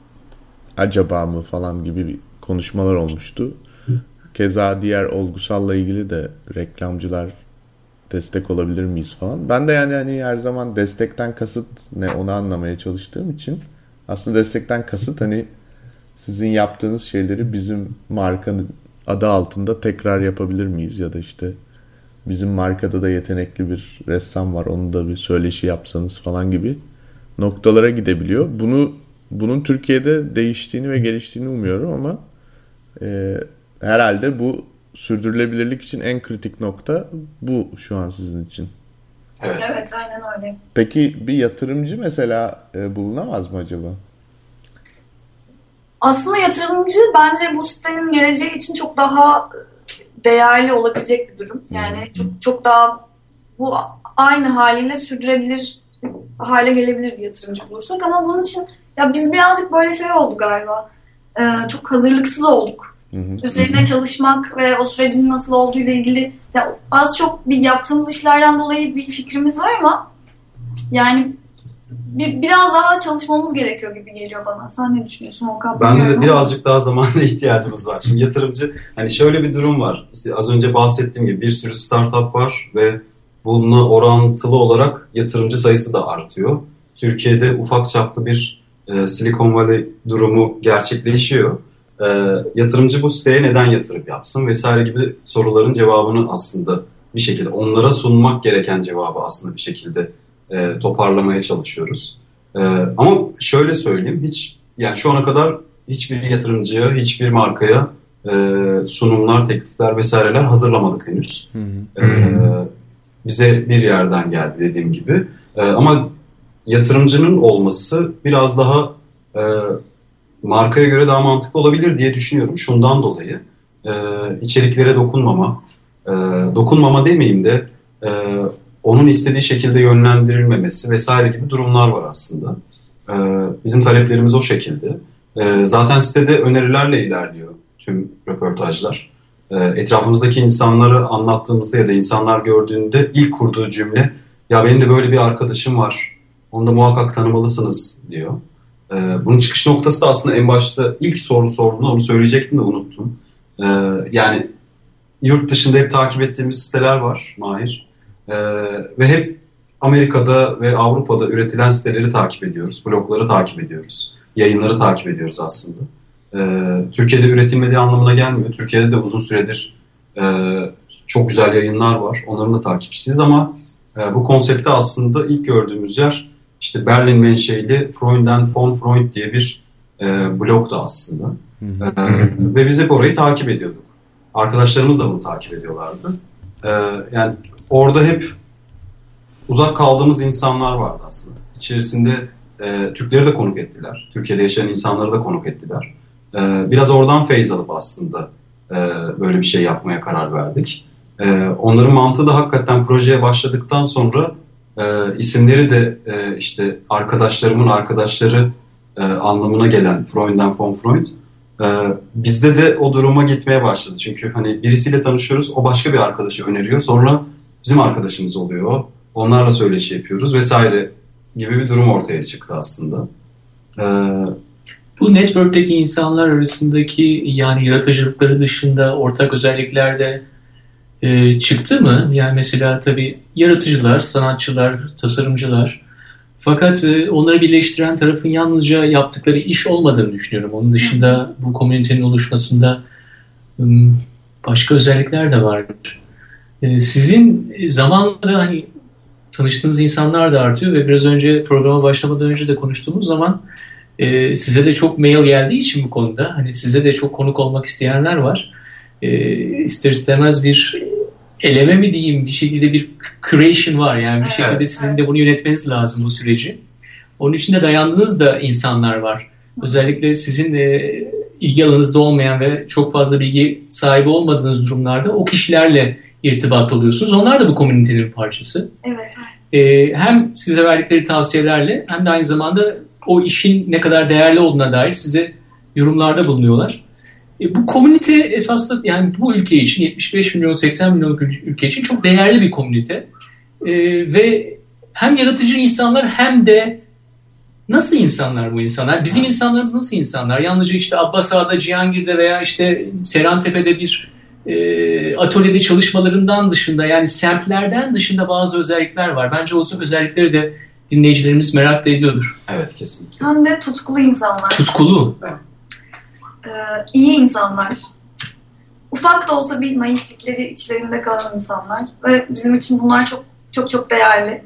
acaba mı falan gibi bir konuşmalar olmuştu. Keza diğer olgusalla ilgili de reklamcılar destek olabilir miyiz falan. Ben de yani hani her zaman destekten kasıt ne onu anlamaya çalıştığım için aslında destekten kasıt hani sizin yaptığınız şeyleri bizim markanın adı altında tekrar yapabilir miyiz? Ya da işte bizim markada da yetenekli bir ressam var. Onu da bir söyleşi yapsanız falan gibi noktalara gidebiliyor. Bunu bunun Türkiye'de değiştiğini ve geliştiğini umuyorum ama e, herhalde bu sürdürülebilirlik için en kritik nokta bu şu an sizin için. Evet, evet aynen öyle. Peki bir yatırımcı mesela e, bulunamaz mı acaba? Aslında yatırımcı bence bu sitenin geleceği için çok daha değerli olabilecek bir durum. Yani çok çok daha bu aynı haliyle sürdürebilir hale gelebilir bir yatırımcı bulursak ama bunun için ya biz birazcık böyle şey oldu galiba. Ee, çok hazırlıksız olduk. Hı hı. Üzerine çalışmak ve o sürecin nasıl olduğu ile ilgili ya az çok bir yaptığımız işlerden dolayı bir fikrimiz var ama yani bir, biraz daha çalışmamız gerekiyor gibi geliyor bana. Sen ne düşünüyorsun Volkan? Bende de birazcık daha zamana ihtiyacımız var. Şimdi yatırımcı hani şöyle bir durum var. İşte az önce bahsettiğim gibi bir sürü startup var ve bununla orantılı olarak yatırımcı sayısı da artıyor. Türkiye'de ufak çaplı bir e, Silicon Valley durumu gerçekleşiyor. E, yatırımcı bu siteye neden yatırım yapsın vesaire gibi soruların cevabını aslında bir şekilde onlara sunmak gereken cevabı aslında bir şekilde e, toparlamaya çalışıyoruz. E, ama şöyle söyleyeyim, hiç yani şu ana kadar hiçbir yatırımcıya, hiçbir markaya e, sunumlar, teklifler vesaireler hazırlamadık henüz. Hı hı. E, bize bir yerden geldi dediğim gibi. E, ama yatırımcının olması biraz daha e, markaya göre daha mantıklı olabilir diye düşünüyorum. Şundan dolayı e, içeriklere dokunmama, e, dokunmama demeyeyim de e, onun istediği şekilde yönlendirilmemesi vesaire gibi durumlar var aslında. E, bizim taleplerimiz o şekilde. E, zaten sitede önerilerle ilerliyor tüm röportajlar. E, etrafımızdaki insanları anlattığımızda ya da insanlar gördüğünde ilk kurduğu cümle ya benim de böyle bir arkadaşım var, onu da muhakkak tanımalısınız diyor. Ee, bunun çıkış noktası da aslında en başta ilk soru sorduğunda onu söyleyecektim de unuttum. Ee, yani yurt dışında hep takip ettiğimiz siteler var Mahir. Ee, ve hep Amerika'da ve Avrupa'da üretilen siteleri takip ediyoruz. Blogları takip ediyoruz. Yayınları takip ediyoruz aslında. Ee, Türkiye'de üretilmediği anlamına gelmiyor. Türkiye'de de uzun süredir e, çok güzel yayınlar var. Onların da takipçisiyiz ama e, bu konsepte aslında ilk gördüğümüz yer işte Berlin menşeli Freund and von Freund diye bir e, blog da aslında. Hı hı. E, ve biz hep orayı takip ediyorduk. Arkadaşlarımız da bunu takip ediyorlardı. E, yani orada hep uzak kaldığımız insanlar vardı aslında. İçerisinde e, Türkleri de konuk ettiler. Türkiye'de yaşayan insanları da konuk ettiler. E, biraz oradan feyz alıp aslında e, böyle bir şey yapmaya karar verdik. E, onların mantığı da hakikaten projeye başladıktan sonra e, isimleri de e, işte arkadaşlarımın arkadaşları e, anlamına gelen Freund and von Freund. E, bizde de o duruma gitmeye başladı. Çünkü hani birisiyle tanışıyoruz, o başka bir arkadaşı öneriyor. Sonra bizim arkadaşımız oluyor. Onlarla söyleşi yapıyoruz vesaire gibi bir durum ortaya çıktı aslında. Ee, Bu network'teki insanlar arasındaki yani yaratıcılıkları dışında ortak özellikler de e, çıktı mı? Yani mesela tabii yaratıcılar, sanatçılar, tasarımcılar. Fakat e, onları birleştiren tarafın yalnızca yaptıkları iş olmadığını düşünüyorum. Onun dışında bu komünitenin oluşmasında e, başka özellikler de vardır. E, sizin zamanla hani tanıştığınız insanlar da artıyor ve biraz önce programa başlamadan önce de konuştuğumuz zaman e, size de çok mail geldiği için bu konuda hani size de çok konuk olmak isteyenler var. E, ister istemez bir eleme mi diyeyim bir şekilde bir creation var yani bir şekilde sizin de bunu yönetmeniz lazım bu süreci. Onun için de dayandığınız da insanlar var. Özellikle sizin e, ilgi alanınızda olmayan ve çok fazla bilgi sahibi olmadığınız durumlarda o kişilerle irtibat oluyorsunuz. Onlar da bu komünitenin bir parçası. Evet. Ee, hem size verdikleri tavsiyelerle hem de aynı zamanda o işin ne kadar değerli olduğuna dair size yorumlarda bulunuyorlar. E, bu komünite esasında yani bu ülke için yetmiş beş milyon seksen milyonluk ülke için çok değerli bir komünite. E, ve hem yaratıcı insanlar hem de nasıl insanlar bu insanlar? Bizim insanlarımız nasıl insanlar? Yalnızca işte Abbas Ağa'da, Cihangir'de veya işte Serantepe'de bir E, atölyede çalışmalarından dışında yani semtlerden dışında bazı özellikler var. Bence o özellikleri de dinleyicilerimiz merak da ediyordur. Evet kesinlikle. Hem de tutkulu insanlar. Tutkulu. Ee, iyi insanlar. Ufak da olsa bir naiflikleri içlerinde kalan insanlar. Ve bizim için bunlar çok çok çok değerli.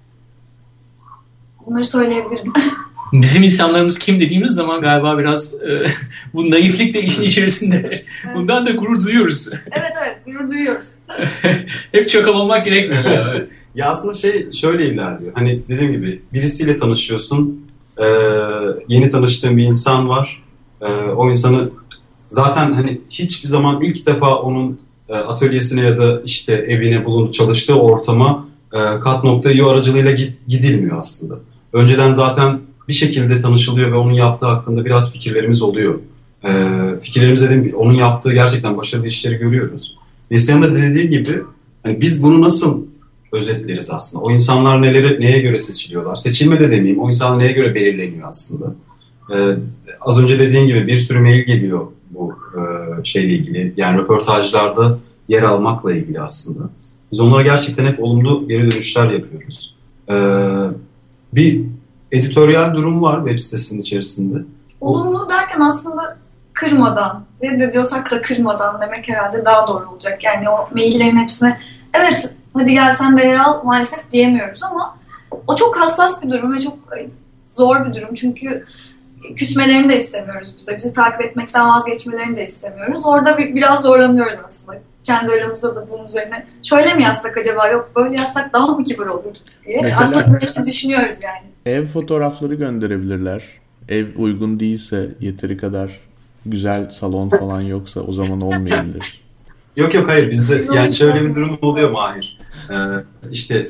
Bunları söyleyebilirim. Bizim insanlarımız kim dediğimiz zaman galiba biraz e, bu naiflik de işin içerisinde. Evet. Bundan da gurur duyuyoruz. Evet evet gurur duyuyoruz. Hep çakal olmak gerekmiyor. Yani. Ya aslında şey şöyle ilerliyor. Hani dediğim gibi birisiyle tanışıyorsun. E, yeni tanıştığın bir insan var. E, o insanı zaten hani hiçbir zaman ilk defa onun e, atölyesine ya da işte evine bulunduğu çalıştığı ortama e, kat nokta io aracılığıyla gidilmiyor aslında. Önceden zaten bir şekilde tanışılıyor ve onun yaptığı hakkında biraz fikirlerimiz oluyor. Ee, fikirlerimiz dediğim gibi onun yaptığı gerçekten başarılı işleri görüyoruz. Neslihan'ın da dediği gibi hani biz bunu nasıl özetleriz aslında? O insanlar neleri, neye göre seçiliyorlar? Seçilme de demeyeyim, o insanlar neye göre belirleniyor aslında? Ee, az önce dediğim gibi bir sürü mail geliyor bu e, şeyle ilgili. Yani röportajlarda yer almakla ilgili aslında. Biz onlara gerçekten hep olumlu geri dönüşler yapıyoruz. Ee, bir editoryal durum var web sitesinin içerisinde. Olumlu derken aslında kırmadan, reddediyorsak da kırmadan demek herhalde daha doğru olacak. Yani o maillerin hepsine evet hadi gel sen de yer al maalesef diyemiyoruz ama o çok hassas bir durum ve çok zor bir durum. Çünkü küsmelerini de istemiyoruz bize. Bizi takip etmekten vazgeçmelerini de istemiyoruz. Orada bir, biraz zorlanıyoruz aslında. Kendi aramızda da bunun üzerine şöyle mi yazsak acaba yok böyle yazsak daha mı kibar olur diye. Mesela, aslında böyle düşünüyoruz yani. Ev fotoğrafları gönderebilirler. Ev uygun değilse yeteri kadar güzel salon falan yoksa o zaman olmayabilir. Yok yok hayır bizde yani şöyle bir durum oluyor Mahir. Ee, işte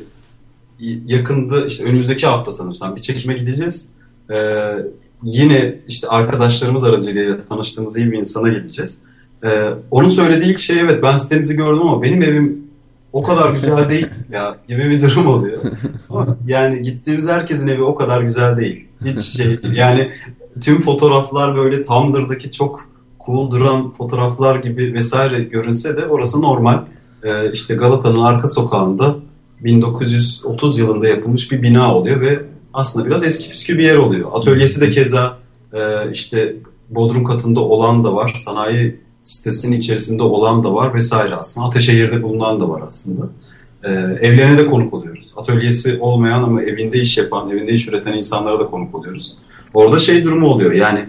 yakında işte önümüzdeki hafta sanırsam bir çekime gideceğiz. Ee, yine işte arkadaşlarımız aracılığıyla tanıştığımız iyi bir insana gideceğiz. Ee, onun söylediği ilk şey evet ben sitenizi gördüm ama benim evim o kadar güzel değil ya gibi bir durum oluyor. Ama yani gittiğimiz herkesin evi o kadar güzel değil. Hiç şey değil. Yani tüm fotoğraflar böyle Tumblr'daki çok cool duran fotoğraflar gibi vesaire görünse de orası normal. Ee, işte Galata'nın arka sokağında bin dokuz yüz otuz yılında yapılmış bir bina oluyor ve aslında biraz eski püskü bir yer oluyor. Atölyesi de keza e, işte bodrum katında olan da var, sanayi sitesinin içerisinde olan da var vesaire aslında. Ataşehir'de bulunan da var aslında. Ee, evlerine de konuk oluyoruz. Atölyesi olmayan ama evinde iş yapan, evinde iş üreten insanlara da konuk oluyoruz. Orada şey durumu oluyor, yani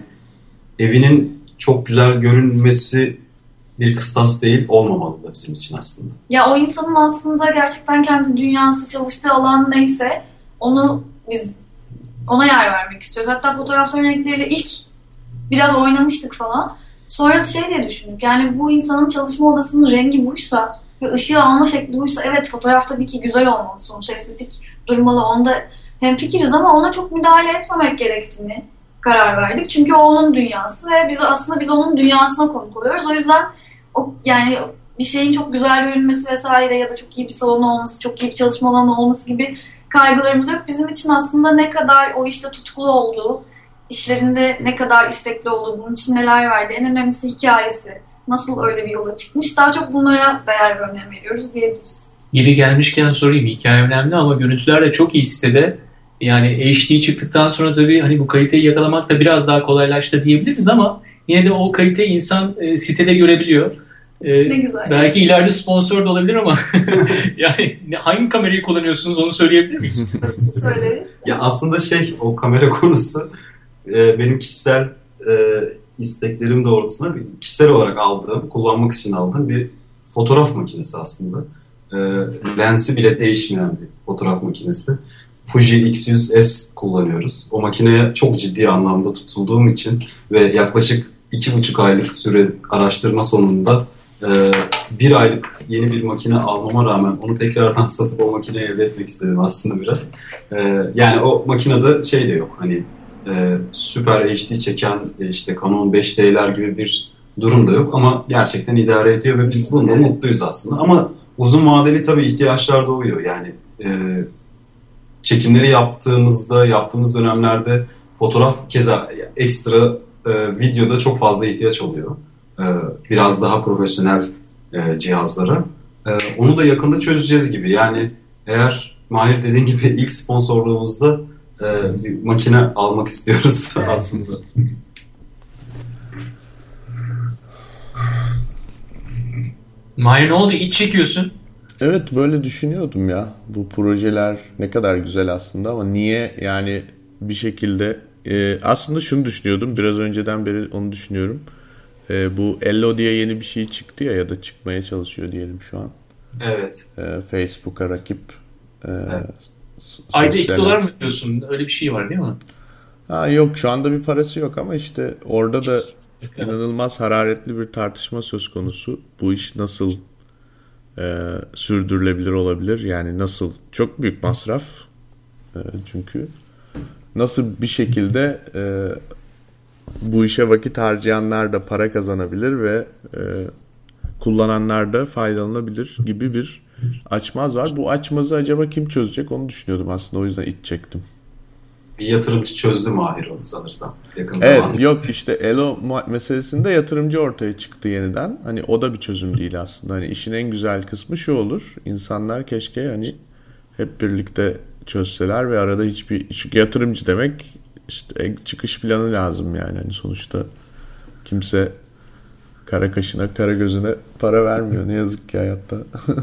evinin çok güzel görünmesi bir kıstas değil, olmamalı da bizim için aslında. Ya o insanın aslında gerçekten kendi dünyası, çalıştığı alan neyse onu biz ona yer vermek istiyoruz. Hatta fotoğrafların renkleriyle ilk biraz oynamıştık falan. Sonra şey diye düşündük, yani bu insanın çalışma odasının rengi buysa ve ışığı alma şekli buysa evet fotoğraf tabii ki güzel olmalı, sonuçta estetik durmalı, onda hemfikiriz ama ona çok müdahale etmemek gerektiğini karar verdik. Çünkü o onun dünyası ve biz aslında biz onun dünyasına konuk oluyoruz. O yüzden o, yani bir şeyin çok güzel görünmesi vesaire ya da çok iyi bir salon olması, çok iyi bir çalışma alanı olması gibi kaygılarımız yok. Bizim için aslında ne kadar o işte tutkulu olduğu, işlerinde ne kadar istekli olduğu, bunun için neler verdi, en önemlisi hikayesi, nasıl öyle bir yola çıkmış, daha çok bunlara değer ve önem veriyoruz diyebiliriz. Yeri gelmişken sorayım, hikaye önemli ama görüntüler de çok iyi sitede. Yani H D çıktıktan sonra tabii hani bu kaliteyi yakalamak da biraz daha kolaylaştı diyebiliriz ama yine de o kaliteyi insan e, sitede görebiliyor. E, ne güzel. Belki ileride sponsor da olabilir ama yani hangi kamerayı kullanıyorsunuz onu söyleyebilir miyiz? Söyleriz. Ya aslında şey, o kamera konusu e, benim kişisel e, isteklerim doğrultusunda kişisel olarak aldığım, kullanmak için aldığım bir fotoğraf makinesi aslında. E, lensi bile değişmeyen bir fotoğraf makinesi. Fuji X yüz S kullanıyoruz. O makineye çok ciddi anlamda tutulduğum için ve yaklaşık iki buçuk aylık süre araştırma sonunda e, bir aylık yeni bir makine almama rağmen onu tekrardan satıp o makineyi elde etmek istedim aslında biraz. E, yani o makinede şey de yok, hani e, süper H D çeken e, işte Canon beş D'ler gibi bir durum da yok ama gerçekten idare ediyor ve biz bununla mutluyuz aslında. Ama uzun vadeli tabii ihtiyaçlar doğuyor. Yani e, çekimleri yaptığımızda, yaptığımız dönemlerde fotoğraf keza ekstra e, videoda çok fazla ihtiyaç oluyor. E, biraz daha profesyonel e, cihazlara. E, onu da yakında çözeceğiz gibi. Yani eğer Mahir dediğin gibi ilk sponsorluğumuzda e, bir makine almak istiyoruz aslında. Mahir ne oldu? İç çekiyorsun. Evet, böyle düşünüyordum ya. Bu projeler ne kadar güzel aslında ama niye yani bir şekilde e, aslında şunu düşünüyordum. Biraz önceden beri onu düşünüyorum. E, bu Ello diye yeni bir şey çıktı ya ya da çıkmaya çalışıyor diyelim şu an. Evet. E, Facebook'a rakip. E, Evet. Ayda iki dolar mı ödüyorsun? Öyle bir şey var değil mi? Ha, yok şu anda bir parası yok ama işte orada da inanılmaz hararetli bir tartışma söz konusu. Bu iş nasıl e, sürdürülebilir olabilir? Yani nasıl, çok büyük masraf e, çünkü nasıl bir şekilde e, bu işe vakit harcayanlar da para kazanabilir ve e, kullananlar da faydalanabilir gibi bir açmaz var. Bu açmazı acaba kim çözecek onu düşünüyordum aslında, o yüzden iç çektim. Bir yatırımcı çözdü Mahir onu sanırsam yakın Evet, zamanda. yok işte Elo meselesinde yatırımcı ortaya çıktı yeniden. Hani o da bir çözüm değil aslında. Hani işin en güzel kısmı şu olur. İnsanlar keşke hani hep birlikte çözseler ve arada hiçbir, çünkü yatırımcı demek işte çıkış planı lazım yani. Hani sonuçta kimse kara kaşına kara gözüne para vermiyor ne yazık ki hayatta.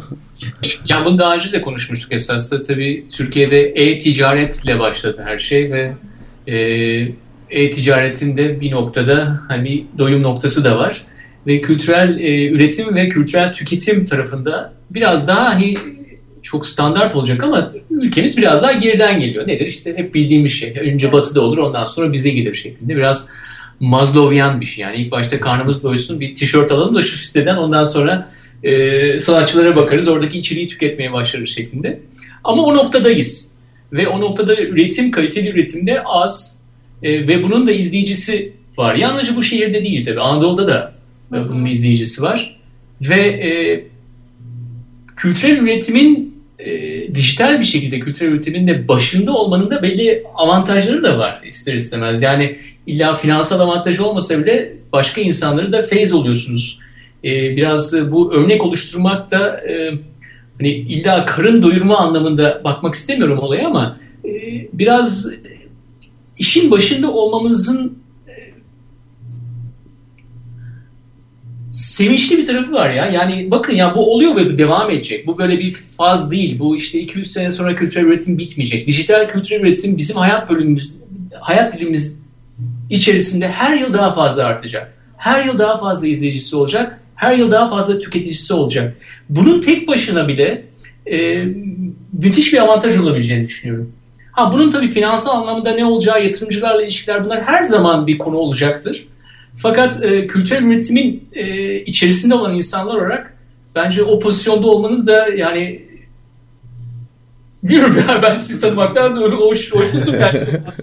Ya bunu daha önce de konuşmuştuk esasında. Tabii Türkiye'de e-ticaretle başladı her şey ve e, e-ticaretin de bir noktada hani doyum noktası da var. Ve kültürel e, üretim ve kültürel tüketim tarafında biraz daha hani çok standart olacak ama ülkemiz biraz daha geriden geliyor. Nedir? İşte hep bildiğimiz şey. Önce batıda olur, ondan sonra bize gelir şeklinde. Biraz Maslow'yan bir şey. Yani ilk başta karnımız doysun, bir tişört alalım da şu siteden, ondan sonra e, sanatçılara bakarız, oradaki içeriği tüketmeye başlarız şeklinde. Ama o noktadayız. Ve o noktada üretim, kaliteli üretimde az e, ve bunun da izleyicisi var. Yalnızca bu şehirde değil tabii. Anadolu'da da e, bunun izleyicisi var. Ve e, kültürel üretimin e, dijital bir şekilde kültürel üretimin de başında olmanın da belli avantajları da var ister istemez. Yani illa finansal avantaj olmasa bile başka insanları da feyz oluyorsunuz. E, biraz bu örnek oluşturmak da e, hani illa karın doyurma anlamında bakmak istemiyorum olaya ama e, biraz işin başında olmamızın e, sevinçli bir tarafı var ya. Yani bakın ya bu oluyor ve bu devam edecek. Bu böyle bir faz değil. Bu işte iki yüz sene sonra kültürel üretim bitmeyecek. Dijital kültürel üretim bizim hayat bölümümüz, hayat dilimiz içerisinde her yıl daha fazla artacak. Her yıl daha fazla izleyicisi olacak. Her yıl daha fazla tüketicisi olacak. Bunun tek başına bile e, müthiş bir avantaj olabileceğini düşünüyorum. Ha bunun tabii finansal anlamda ne olacağı, yatırımcılarla ilişkiler bunlar her zaman bir konu olacaktır. Fakat e, kültürel üretimin e, içerisinde olan insanlar olarak bence o pozisyonda olmanız da yani bilmiyorum ya ben sizi tanımaktan hoş, hoşnutum yani.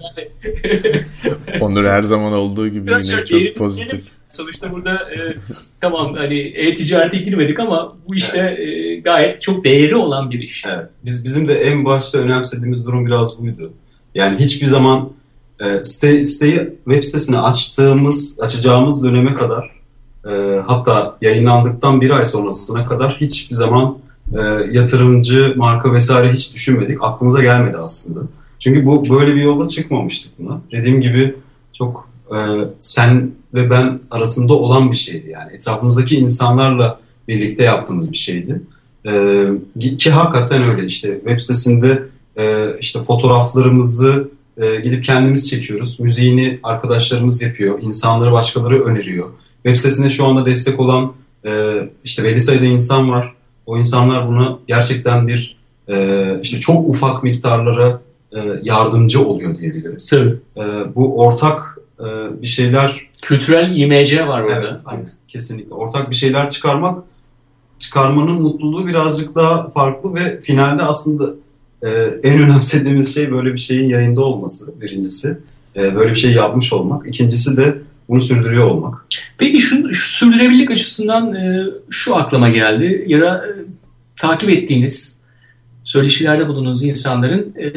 Onur her zaman olduğu gibi biraz yine çok çok pozitif. Diyelim. Sonuçta burada e, tamam hani e-ticarete girmedik ama bu işte e, gayet çok değeri olan bir iş. Evet. Biz bizim de en başta önemsediğimiz durum biraz buydu. Yani hiçbir zaman e, site siteyi web sitesini açtığımız açacağımız döneme kadar e, hatta yayınlandıktan bir ay sonrasına kadar hiçbir zaman e, yatırımcı, marka vesaire hiç düşünmedik. Aklımıza gelmedi aslında. Çünkü bu böyle bir yola çıkmamıştık buna. Dediğim gibi çok e, sen ve ben arasında olan bir şeydi yani. Etrafımızdaki insanlarla birlikte yaptığımız bir şeydi. Ee, ki hakikaten öyle işte web sitesinde e, işte fotoğraflarımızı e, gidip kendimiz çekiyoruz. Müziğini arkadaşlarımız yapıyor. İnsanları başkaları öneriyor. Web sitesinde şu anda destek olan e, işte belli sayıda insan var. O insanlar buna gerçekten bir e, işte çok ufak miktarlara e, yardımcı oluyor diyebiliriz. Tabii. E, bu ortak e, bir şeyler... Kültürel I M C var orada. Evet, aynen, kesinlikle. Ortak bir şeyler çıkarmak, çıkarmanın mutluluğu birazcık daha farklı ve finalde aslında e, en önemsediğimiz şey böyle bir şeyin yayında olması birincisi. E, böyle bir şey yapmış olmak. İkincisi de bunu sürdürüyor olmak. Peki şu, şu sürdürülebilirlik açısından e, şu aklıma geldi. Yara e, takip ettiğiniz, söyleşilerde bulunduğunuz insanların e,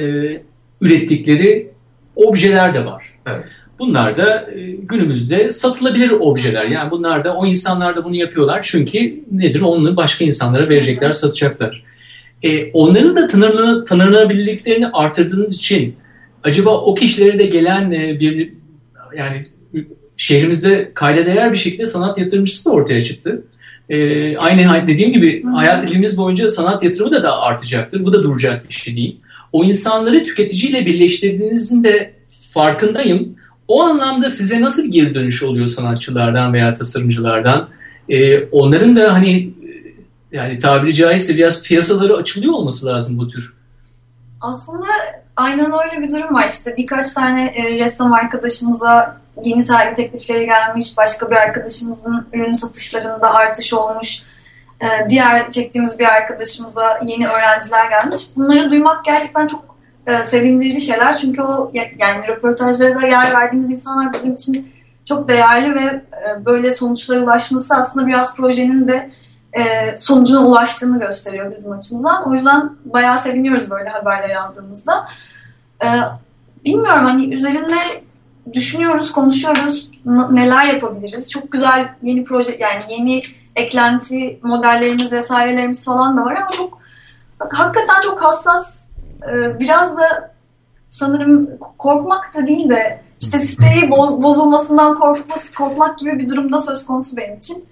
ürettikleri objeler de var. Evet. Bunlar da e, günümüzde satılabilir objeler. Yani bunlar da o insanlar da bunu yapıyorlar. Çünkü nedir? Onu başka insanlara verecekler, satacaklar. E, onların da tanınır, tanınabilirliklerini artırdığınız için acaba o kişilere de gelen e, bir yani şehrimizde kayda değer bir şekilde sanat yatırımcısı da ortaya çıktı. E, aynı dediğim gibi hayat dilimiz boyunca sanat yatırımı da daha artacaktır. Bu da duracak bir şey değil. O insanları tüketiciyle birleştirdiğinizin de farkındayım. O anlamda size nasıl bir geri dönüş oluyor sanatçılardan veya tasarımcılardan? Ee, onların da hani yani tabiri caizse biraz piyasaları açılıyor olması lazım bu tür. Aslında aynen öyle bir durum var. İşte birkaç tane e, ressam arkadaşımıza yeni sergi teklifleri gelmiş. Başka bir arkadaşımızın ürün satışlarında artış olmuş. E, diğer çektiğimiz bir arkadaşımıza yeni öğrenciler gelmiş. Bunları duymak gerçekten çok e, sevindirici şeyler. Çünkü o yani röportajlara da yer verdiğimiz insanlar bizim için çok değerli ve e, böyle sonuçlara ulaşması aslında biraz projenin de e, sonucuna ulaştığını gösteriyor bizim açımızdan. O yüzden bayağı seviniyoruz böyle haberleri aldığımızda. E, bilmiyorum hani üzerinde düşünüyoruz, konuşuyoruz, n- neler yapabiliriz. Çok güzel yeni proje yani yeni eklenti modellerimiz vesairelerimiz falan da var ama çok bak, hakikaten çok hassas. E, biraz da sanırım korkmak da değil de işte siteyi boz, bozulmasından korkmak, korkmak gibi bir durumda söz konusu benim için.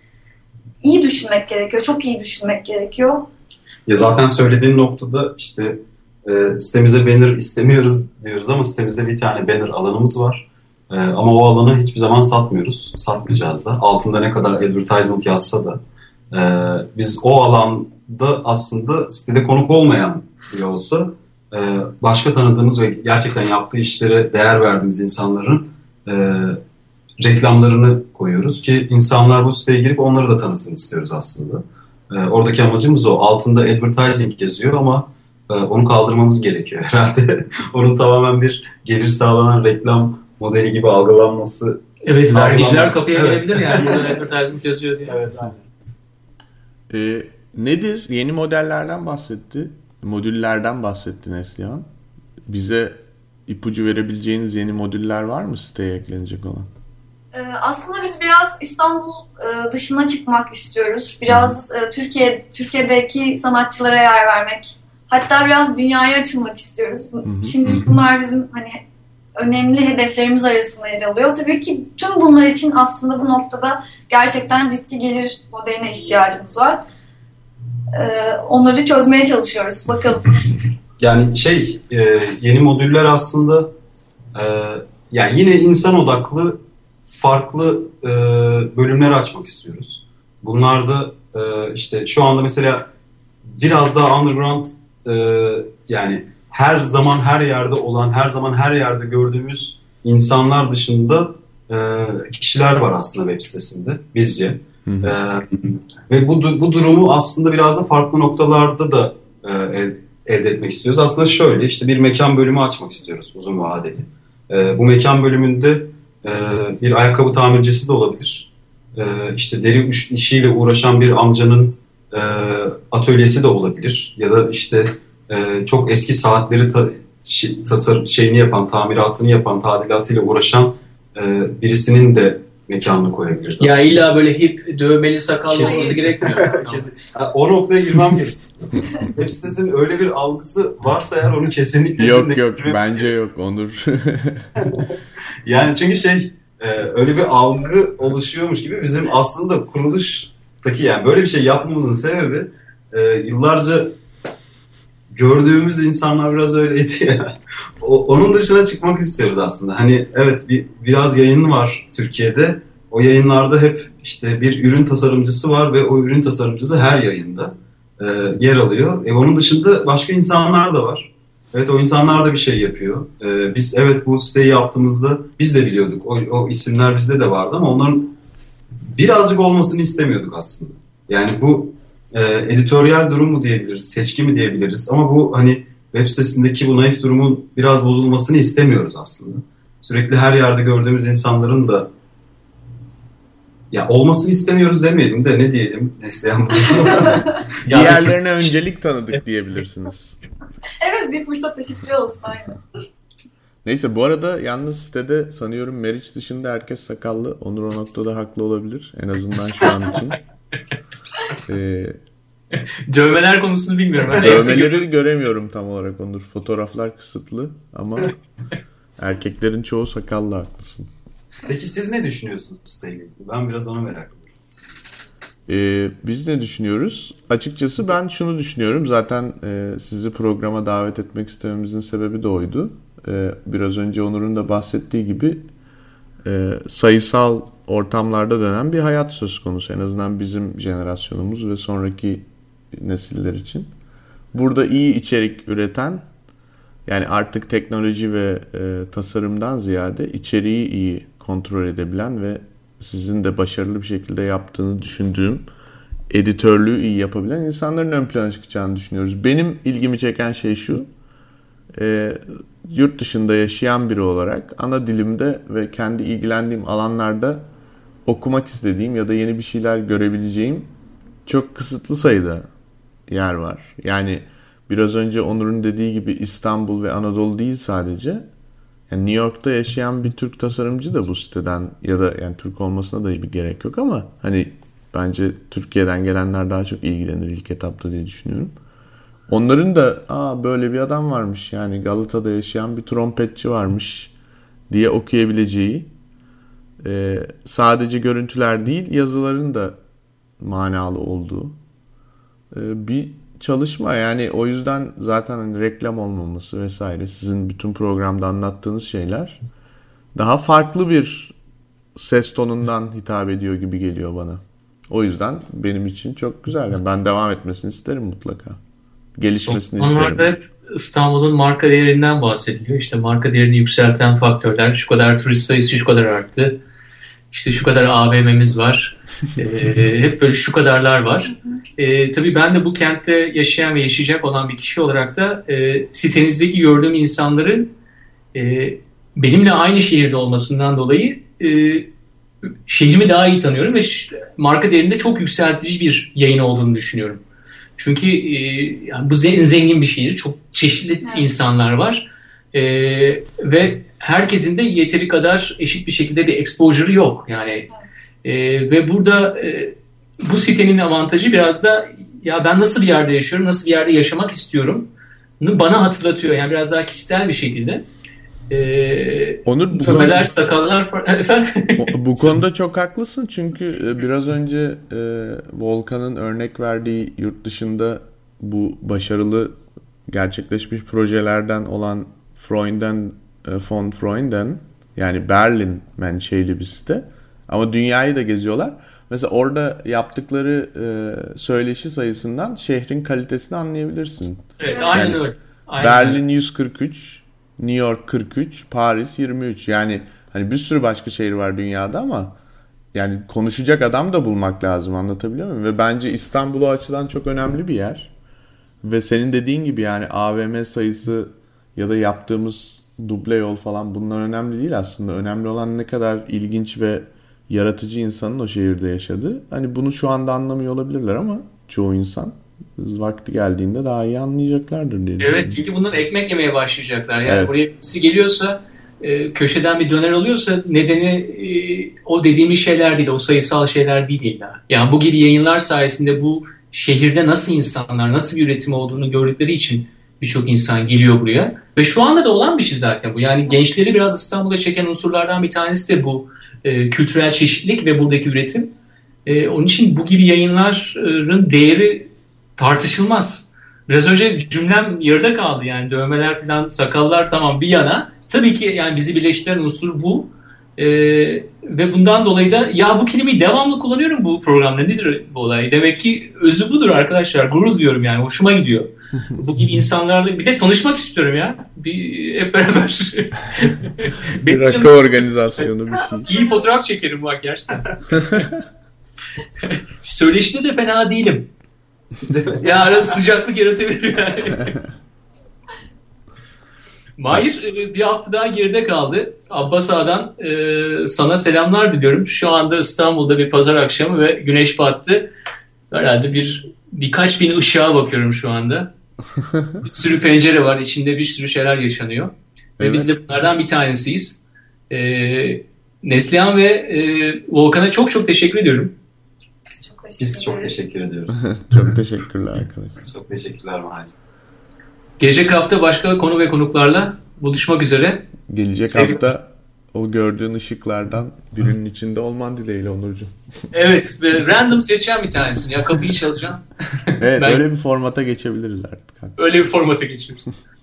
İyi düşünmek gerekiyor, çok iyi düşünmek gerekiyor. Ya zaten söylediğin noktada işte e, sitemize banner istemiyoruz diyoruz ama sitemizde bir tane banner alanımız var. E, ama o alanı hiçbir zaman satmıyoruz, satmayacağız da. Altında ne kadar advertisement yazsa da e, biz o alanda aslında sitede konuk olmayan biri olsa e, başka tanıdığımız ve gerçekten yaptığı işlere değer verdiğimiz insanların e, reklamlarını koyuyoruz ki insanlar bu siteye girip onları da tanısın istiyoruz aslında. E, oradaki amacımız o. Altında advertising yazıyor ama e, onu kaldırmamız gerekiyor herhalde. Onun tamamen bir gelir sağlanan reklam modeli gibi algılanması. Evet, vergiciler kapıya evet. gelebilir yani. Burada advertising yazıyor diye. Evet, aynen. E, nedir? Yeni modellerden bahsetti. modüllerden bahsetti Neslihan. Bize ipucu verebileceğiniz yeni modüller var mı siteye eklenecek olan? Aslında biz biraz İstanbul dışına çıkmak istiyoruz. Biraz Türkiye Türkiye'deki sanatçılara yer vermek. Hatta biraz dünyaya açılmak istiyoruz. Şimdi bunlar bizim hani önemli hedeflerimiz arasında yer alıyor. Tabii ki tüm bunlar için aslında bu noktada gerçekten ciddi gelir modeline ihtiyacımız var. Onları çözmeye çalışıyoruz. Bakalım. Yani şey yeni modüller aslında yani yine insan odaklı farklı e, bölümler açmak istiyoruz. Bunlar da e, işte şu anda mesela biraz daha underground e, yani her zaman her yerde olan, her zaman her yerde gördüğümüz insanlar dışında e, kişiler var aslında web sitesinde bizce. Hı hı. E, ve bu bu durumu aslında biraz da farklı noktalarda da e, elde etmek istiyoruz. Aslında şöyle işte bir mekan bölümü açmak istiyoruz uzun vadeli. E, bu mekan bölümünde bir ayakkabı tamircisi de olabilir. İşte deri işiyle uğraşan bir amcanın atölyesi de olabilir. Ya da işte çok eski saatleri ta, tasar, şeyini yapan, tamiratını yapan, tadilatıyla uğraşan birisinin de mekanını koyabiliriz. Ya aslında. İlla böyle hip, dövmeli, sakallı olması gerekmiyor. O noktaya girmem gerekiyor. Web sitesinin öyle bir algısı varsa eğer onu kesinlikle... Yok yok bence yok Onur. Yani çünkü şey öyle bir algı oluşuyormuş gibi bizim aslında kuruluştaki yani böyle bir şey yapmamızın sebebi yıllarca gördüğümüz insanlar biraz öyleydi ya. O, onun dışına çıkmak istiyoruz aslında. Hani evet bir, biraz yayın var Türkiye'de. O yayınlarda hep işte bir ürün tasarımcısı var ve o ürün tasarımcısı her yayında e, yer alıyor. E, onun dışında başka insanlar da var. Evet o insanlar da bir şey yapıyor. E, biz evet bu siteyi yaptığımızda biz de biliyorduk. O, o isimler bizde de vardı ama onların birazcık olmasını istemiyorduk aslında. Yani bu e, editoryal durum mu diyebiliriz, seçki mi diyebiliriz ama bu hani web sitesindeki bu naif durumun biraz bozulmasını istemiyoruz aslında. Sürekli her yerde gördüğümüz insanların da ya olmasını istemiyoruz demeyelim de ne diyelim Neslihan. Diğerlerine öncelik tanıdık diyebilirsiniz. Evet bir fırsat teşekkür olsun aynen. Neyse bu arada yalnız sitede sanıyorum Meriç dışında herkes sakallı. Onur o noktada haklı olabilir. En azından şu an için. Ee, Dövmeler konusunu bilmiyorum. Ben dövmeleri göremiyorum tam olarak Onur. Fotoğraflar kısıtlı ama erkeklerin çoğu sakallı haklısın. Peki siz ne düşünüyorsunuz siteyle ilgili? Ben biraz onu merak ediyorum. Ee, biz ne düşünüyoruz? Açıkçası ben şunu düşünüyorum. Zaten e, sizi programa davet etmek istememizin sebebi de oydu. E, biraz önce Onur'un da bahsettiği gibi e, sayısal ortamlarda dönen bir hayat söz konusu. En azından bizim jenerasyonumuz ve sonraki nesiller için. Burada iyi içerik üreten, yani artık teknoloji ve e, tasarımdan ziyade içeriği iyi kontrol edebilen ve sizin de başarılı bir şekilde yaptığını düşündüğüm editörlüğü iyi yapabilen insanların ön plana çıkacağını düşünüyoruz. Benim ilgimi çeken şey şu, e, yurt dışında yaşayan biri olarak ana dilimde ve kendi ilgilendiğim alanlarda okumak istediğim ya da yeni bir şeyler görebileceğim çok kısıtlı sayıda yer var. Yani biraz önce Onur'un dediği gibi İstanbul ve Anadolu değil sadece. Yani New York'ta yaşayan bir Türk tasarımcı da bu siteden ya da yani Türk olmasına da bir gerek yok ama hani bence Türkiye'den gelenler daha çok ilgilenir ilk etapta diye düşünüyorum. Onların da aa böyle bir adam varmış yani Galata'da yaşayan bir trompetçi varmış diye okuyabileceği e, sadece görüntüler değil yazıların da manalı olduğu e, bir çalışma. Yani o yüzden zaten hani reklam olmaması vesaire sizin bütün programda anlattığınız şeyler daha farklı bir ses tonundan hitap ediyor gibi geliyor bana. O yüzden benim için çok güzel. Yani ben devam etmesini isterim mutlaka. Gelişmesini isterim. Onlarda hep İstanbul'un marka değerinden bahsediliyor. İşte marka değerini yükselten faktörler şu kadar turist sayısı şu kadar arttı. İşte şu kadar A V M'miz var. ee, hep böyle şu kadarlar var. Ee, tabii ben de bu kentte yaşayan ve yaşayacak olan bir kişi olarak da e, sitenizdeki gördüğüm insanların e, benimle aynı şehirde olmasından dolayı e, şehrimi daha iyi tanıyorum ve marka değerinde çok yükseltici bir yayın olduğunu düşünüyorum. Çünkü e, yani bu zengin, zengin bir şehir. Çok çeşitli evet. insanlar var. E, ve herkesin de yeteri kadar eşit bir şekilde bir exposure'ı yok. Yani evet. e, ve burada e, bu sitenin avantajı biraz da ya ben nasıl bir yerde yaşıyorum, nasıl bir yerde yaşamak istiyorum bana hatırlatıyor. Yani biraz daha kişisel bir şekilde. Ee, Onur, bu gömeler, konuda, sakallar efendim. Bu konuda çok haklısın çünkü biraz önce e, Volkan'ın örnek verdiği yurt dışında bu başarılı gerçekleşmiş projelerden olan Freuden, e, von Freuden, yani Berlin menşeli bir site ama dünyayı da geziyorlar. Mesela orada yaptıkları e, söyleşi sayısından şehrin kalitesini anlayabilirsin. Evet, aynen yani, öyle. Aynen Berlin öyle. yüz kırk üç, New York kırk üç, Paris yirmi üç. Yani hani bir sürü başka şehir var dünyada ama yani konuşacak adam da bulmak lazım, anlatabiliyor muyum? Ve bence İstanbul o açıdan çok önemli bir yer. Ve senin dediğin gibi yani A V M sayısı ya da yaptığımız duble yol falan bunlar önemli değil aslında. Önemli olan ne kadar ilginç ve yaratıcı insanın o şehirde yaşadığı. Hani bunu şu anda anlamıyor olabilirler ama çoğu insan vakti geldiğinde daha iyi anlayacaklardır diye düşünüyorum. Evet, çünkü bundan ekmek yemeye başlayacaklar. Yani evet. buraya birisi geliyorsa, e, köşeden bir döner oluyorsa nedeni e, o dediğimiz şeyler değil, o sayısal şeyler değil illa. Yani bu gibi yayınlar sayesinde bu şehirde nasıl insanlar, nasıl bir üretim olduğunu gördükleri için birçok insan geliyor buraya. Ve şu anda da olan bir şey zaten bu. Yani gençleri biraz İstanbul'a çeken unsurlardan bir tanesi de bu e, kültürel çeşitlilik ve buradaki üretim. E, onun için bu gibi yayınların değeri tartışılmaz. Biraz önce cümlem yarıda kaldı, yani dövmeler falan, sakallar tamam bir yana. Tabii ki yani bizi birleştiren unsur bu. Ee, ve bundan dolayı da ya bu kelimeyi devamlı kullanıyorum bu programda. Nedir bu olay? Demek ki özü budur arkadaşlar. Gurur diyorum yani. Hoşuma gidiyor. Bu gibi insanlarla bir de tanışmak istiyorum ya. Bir hep beraber. Bir rakı organizasyonu bir şey. İyi fotoğraf çekerim bak gerçekten. Söyleşide de fena değilim. Ya arada sıcaklık yaratabilir yani. Mahir bir hafta daha geride kaldı. Abbas Ağa'dan e, sana selamlar diliyorum. Şu anda İstanbul'da bir pazar akşamı ve güneş battı. Herhalde bir birkaç bin ışığa bakıyorum şu anda. Bir sürü pencere var. İçinde bir sürü şeyler yaşanıyor. Evet. Ve biz de bunlardan bir tanesiyiz. E, Neslihan ve e, Volkan'a çok çok teşekkür ediyorum. Biz çok teşekkür ediyoruz. Çok teşekkürler arkadaşlar. Çok teşekkürler Mahir. Gelecek hafta başka konu ve konuklarla buluşmak üzere. Gelecek Sevgili... hafta o gördüğün ışıklardan birinin içinde olman dileğiyle Onurcuğum. Evet, ve random seçeceğim bir tanesini. Ya kapıyı çalacağım. Evet, ben... öyle bir formata geçebiliriz artık. Öyle bir formata geçiyoruz.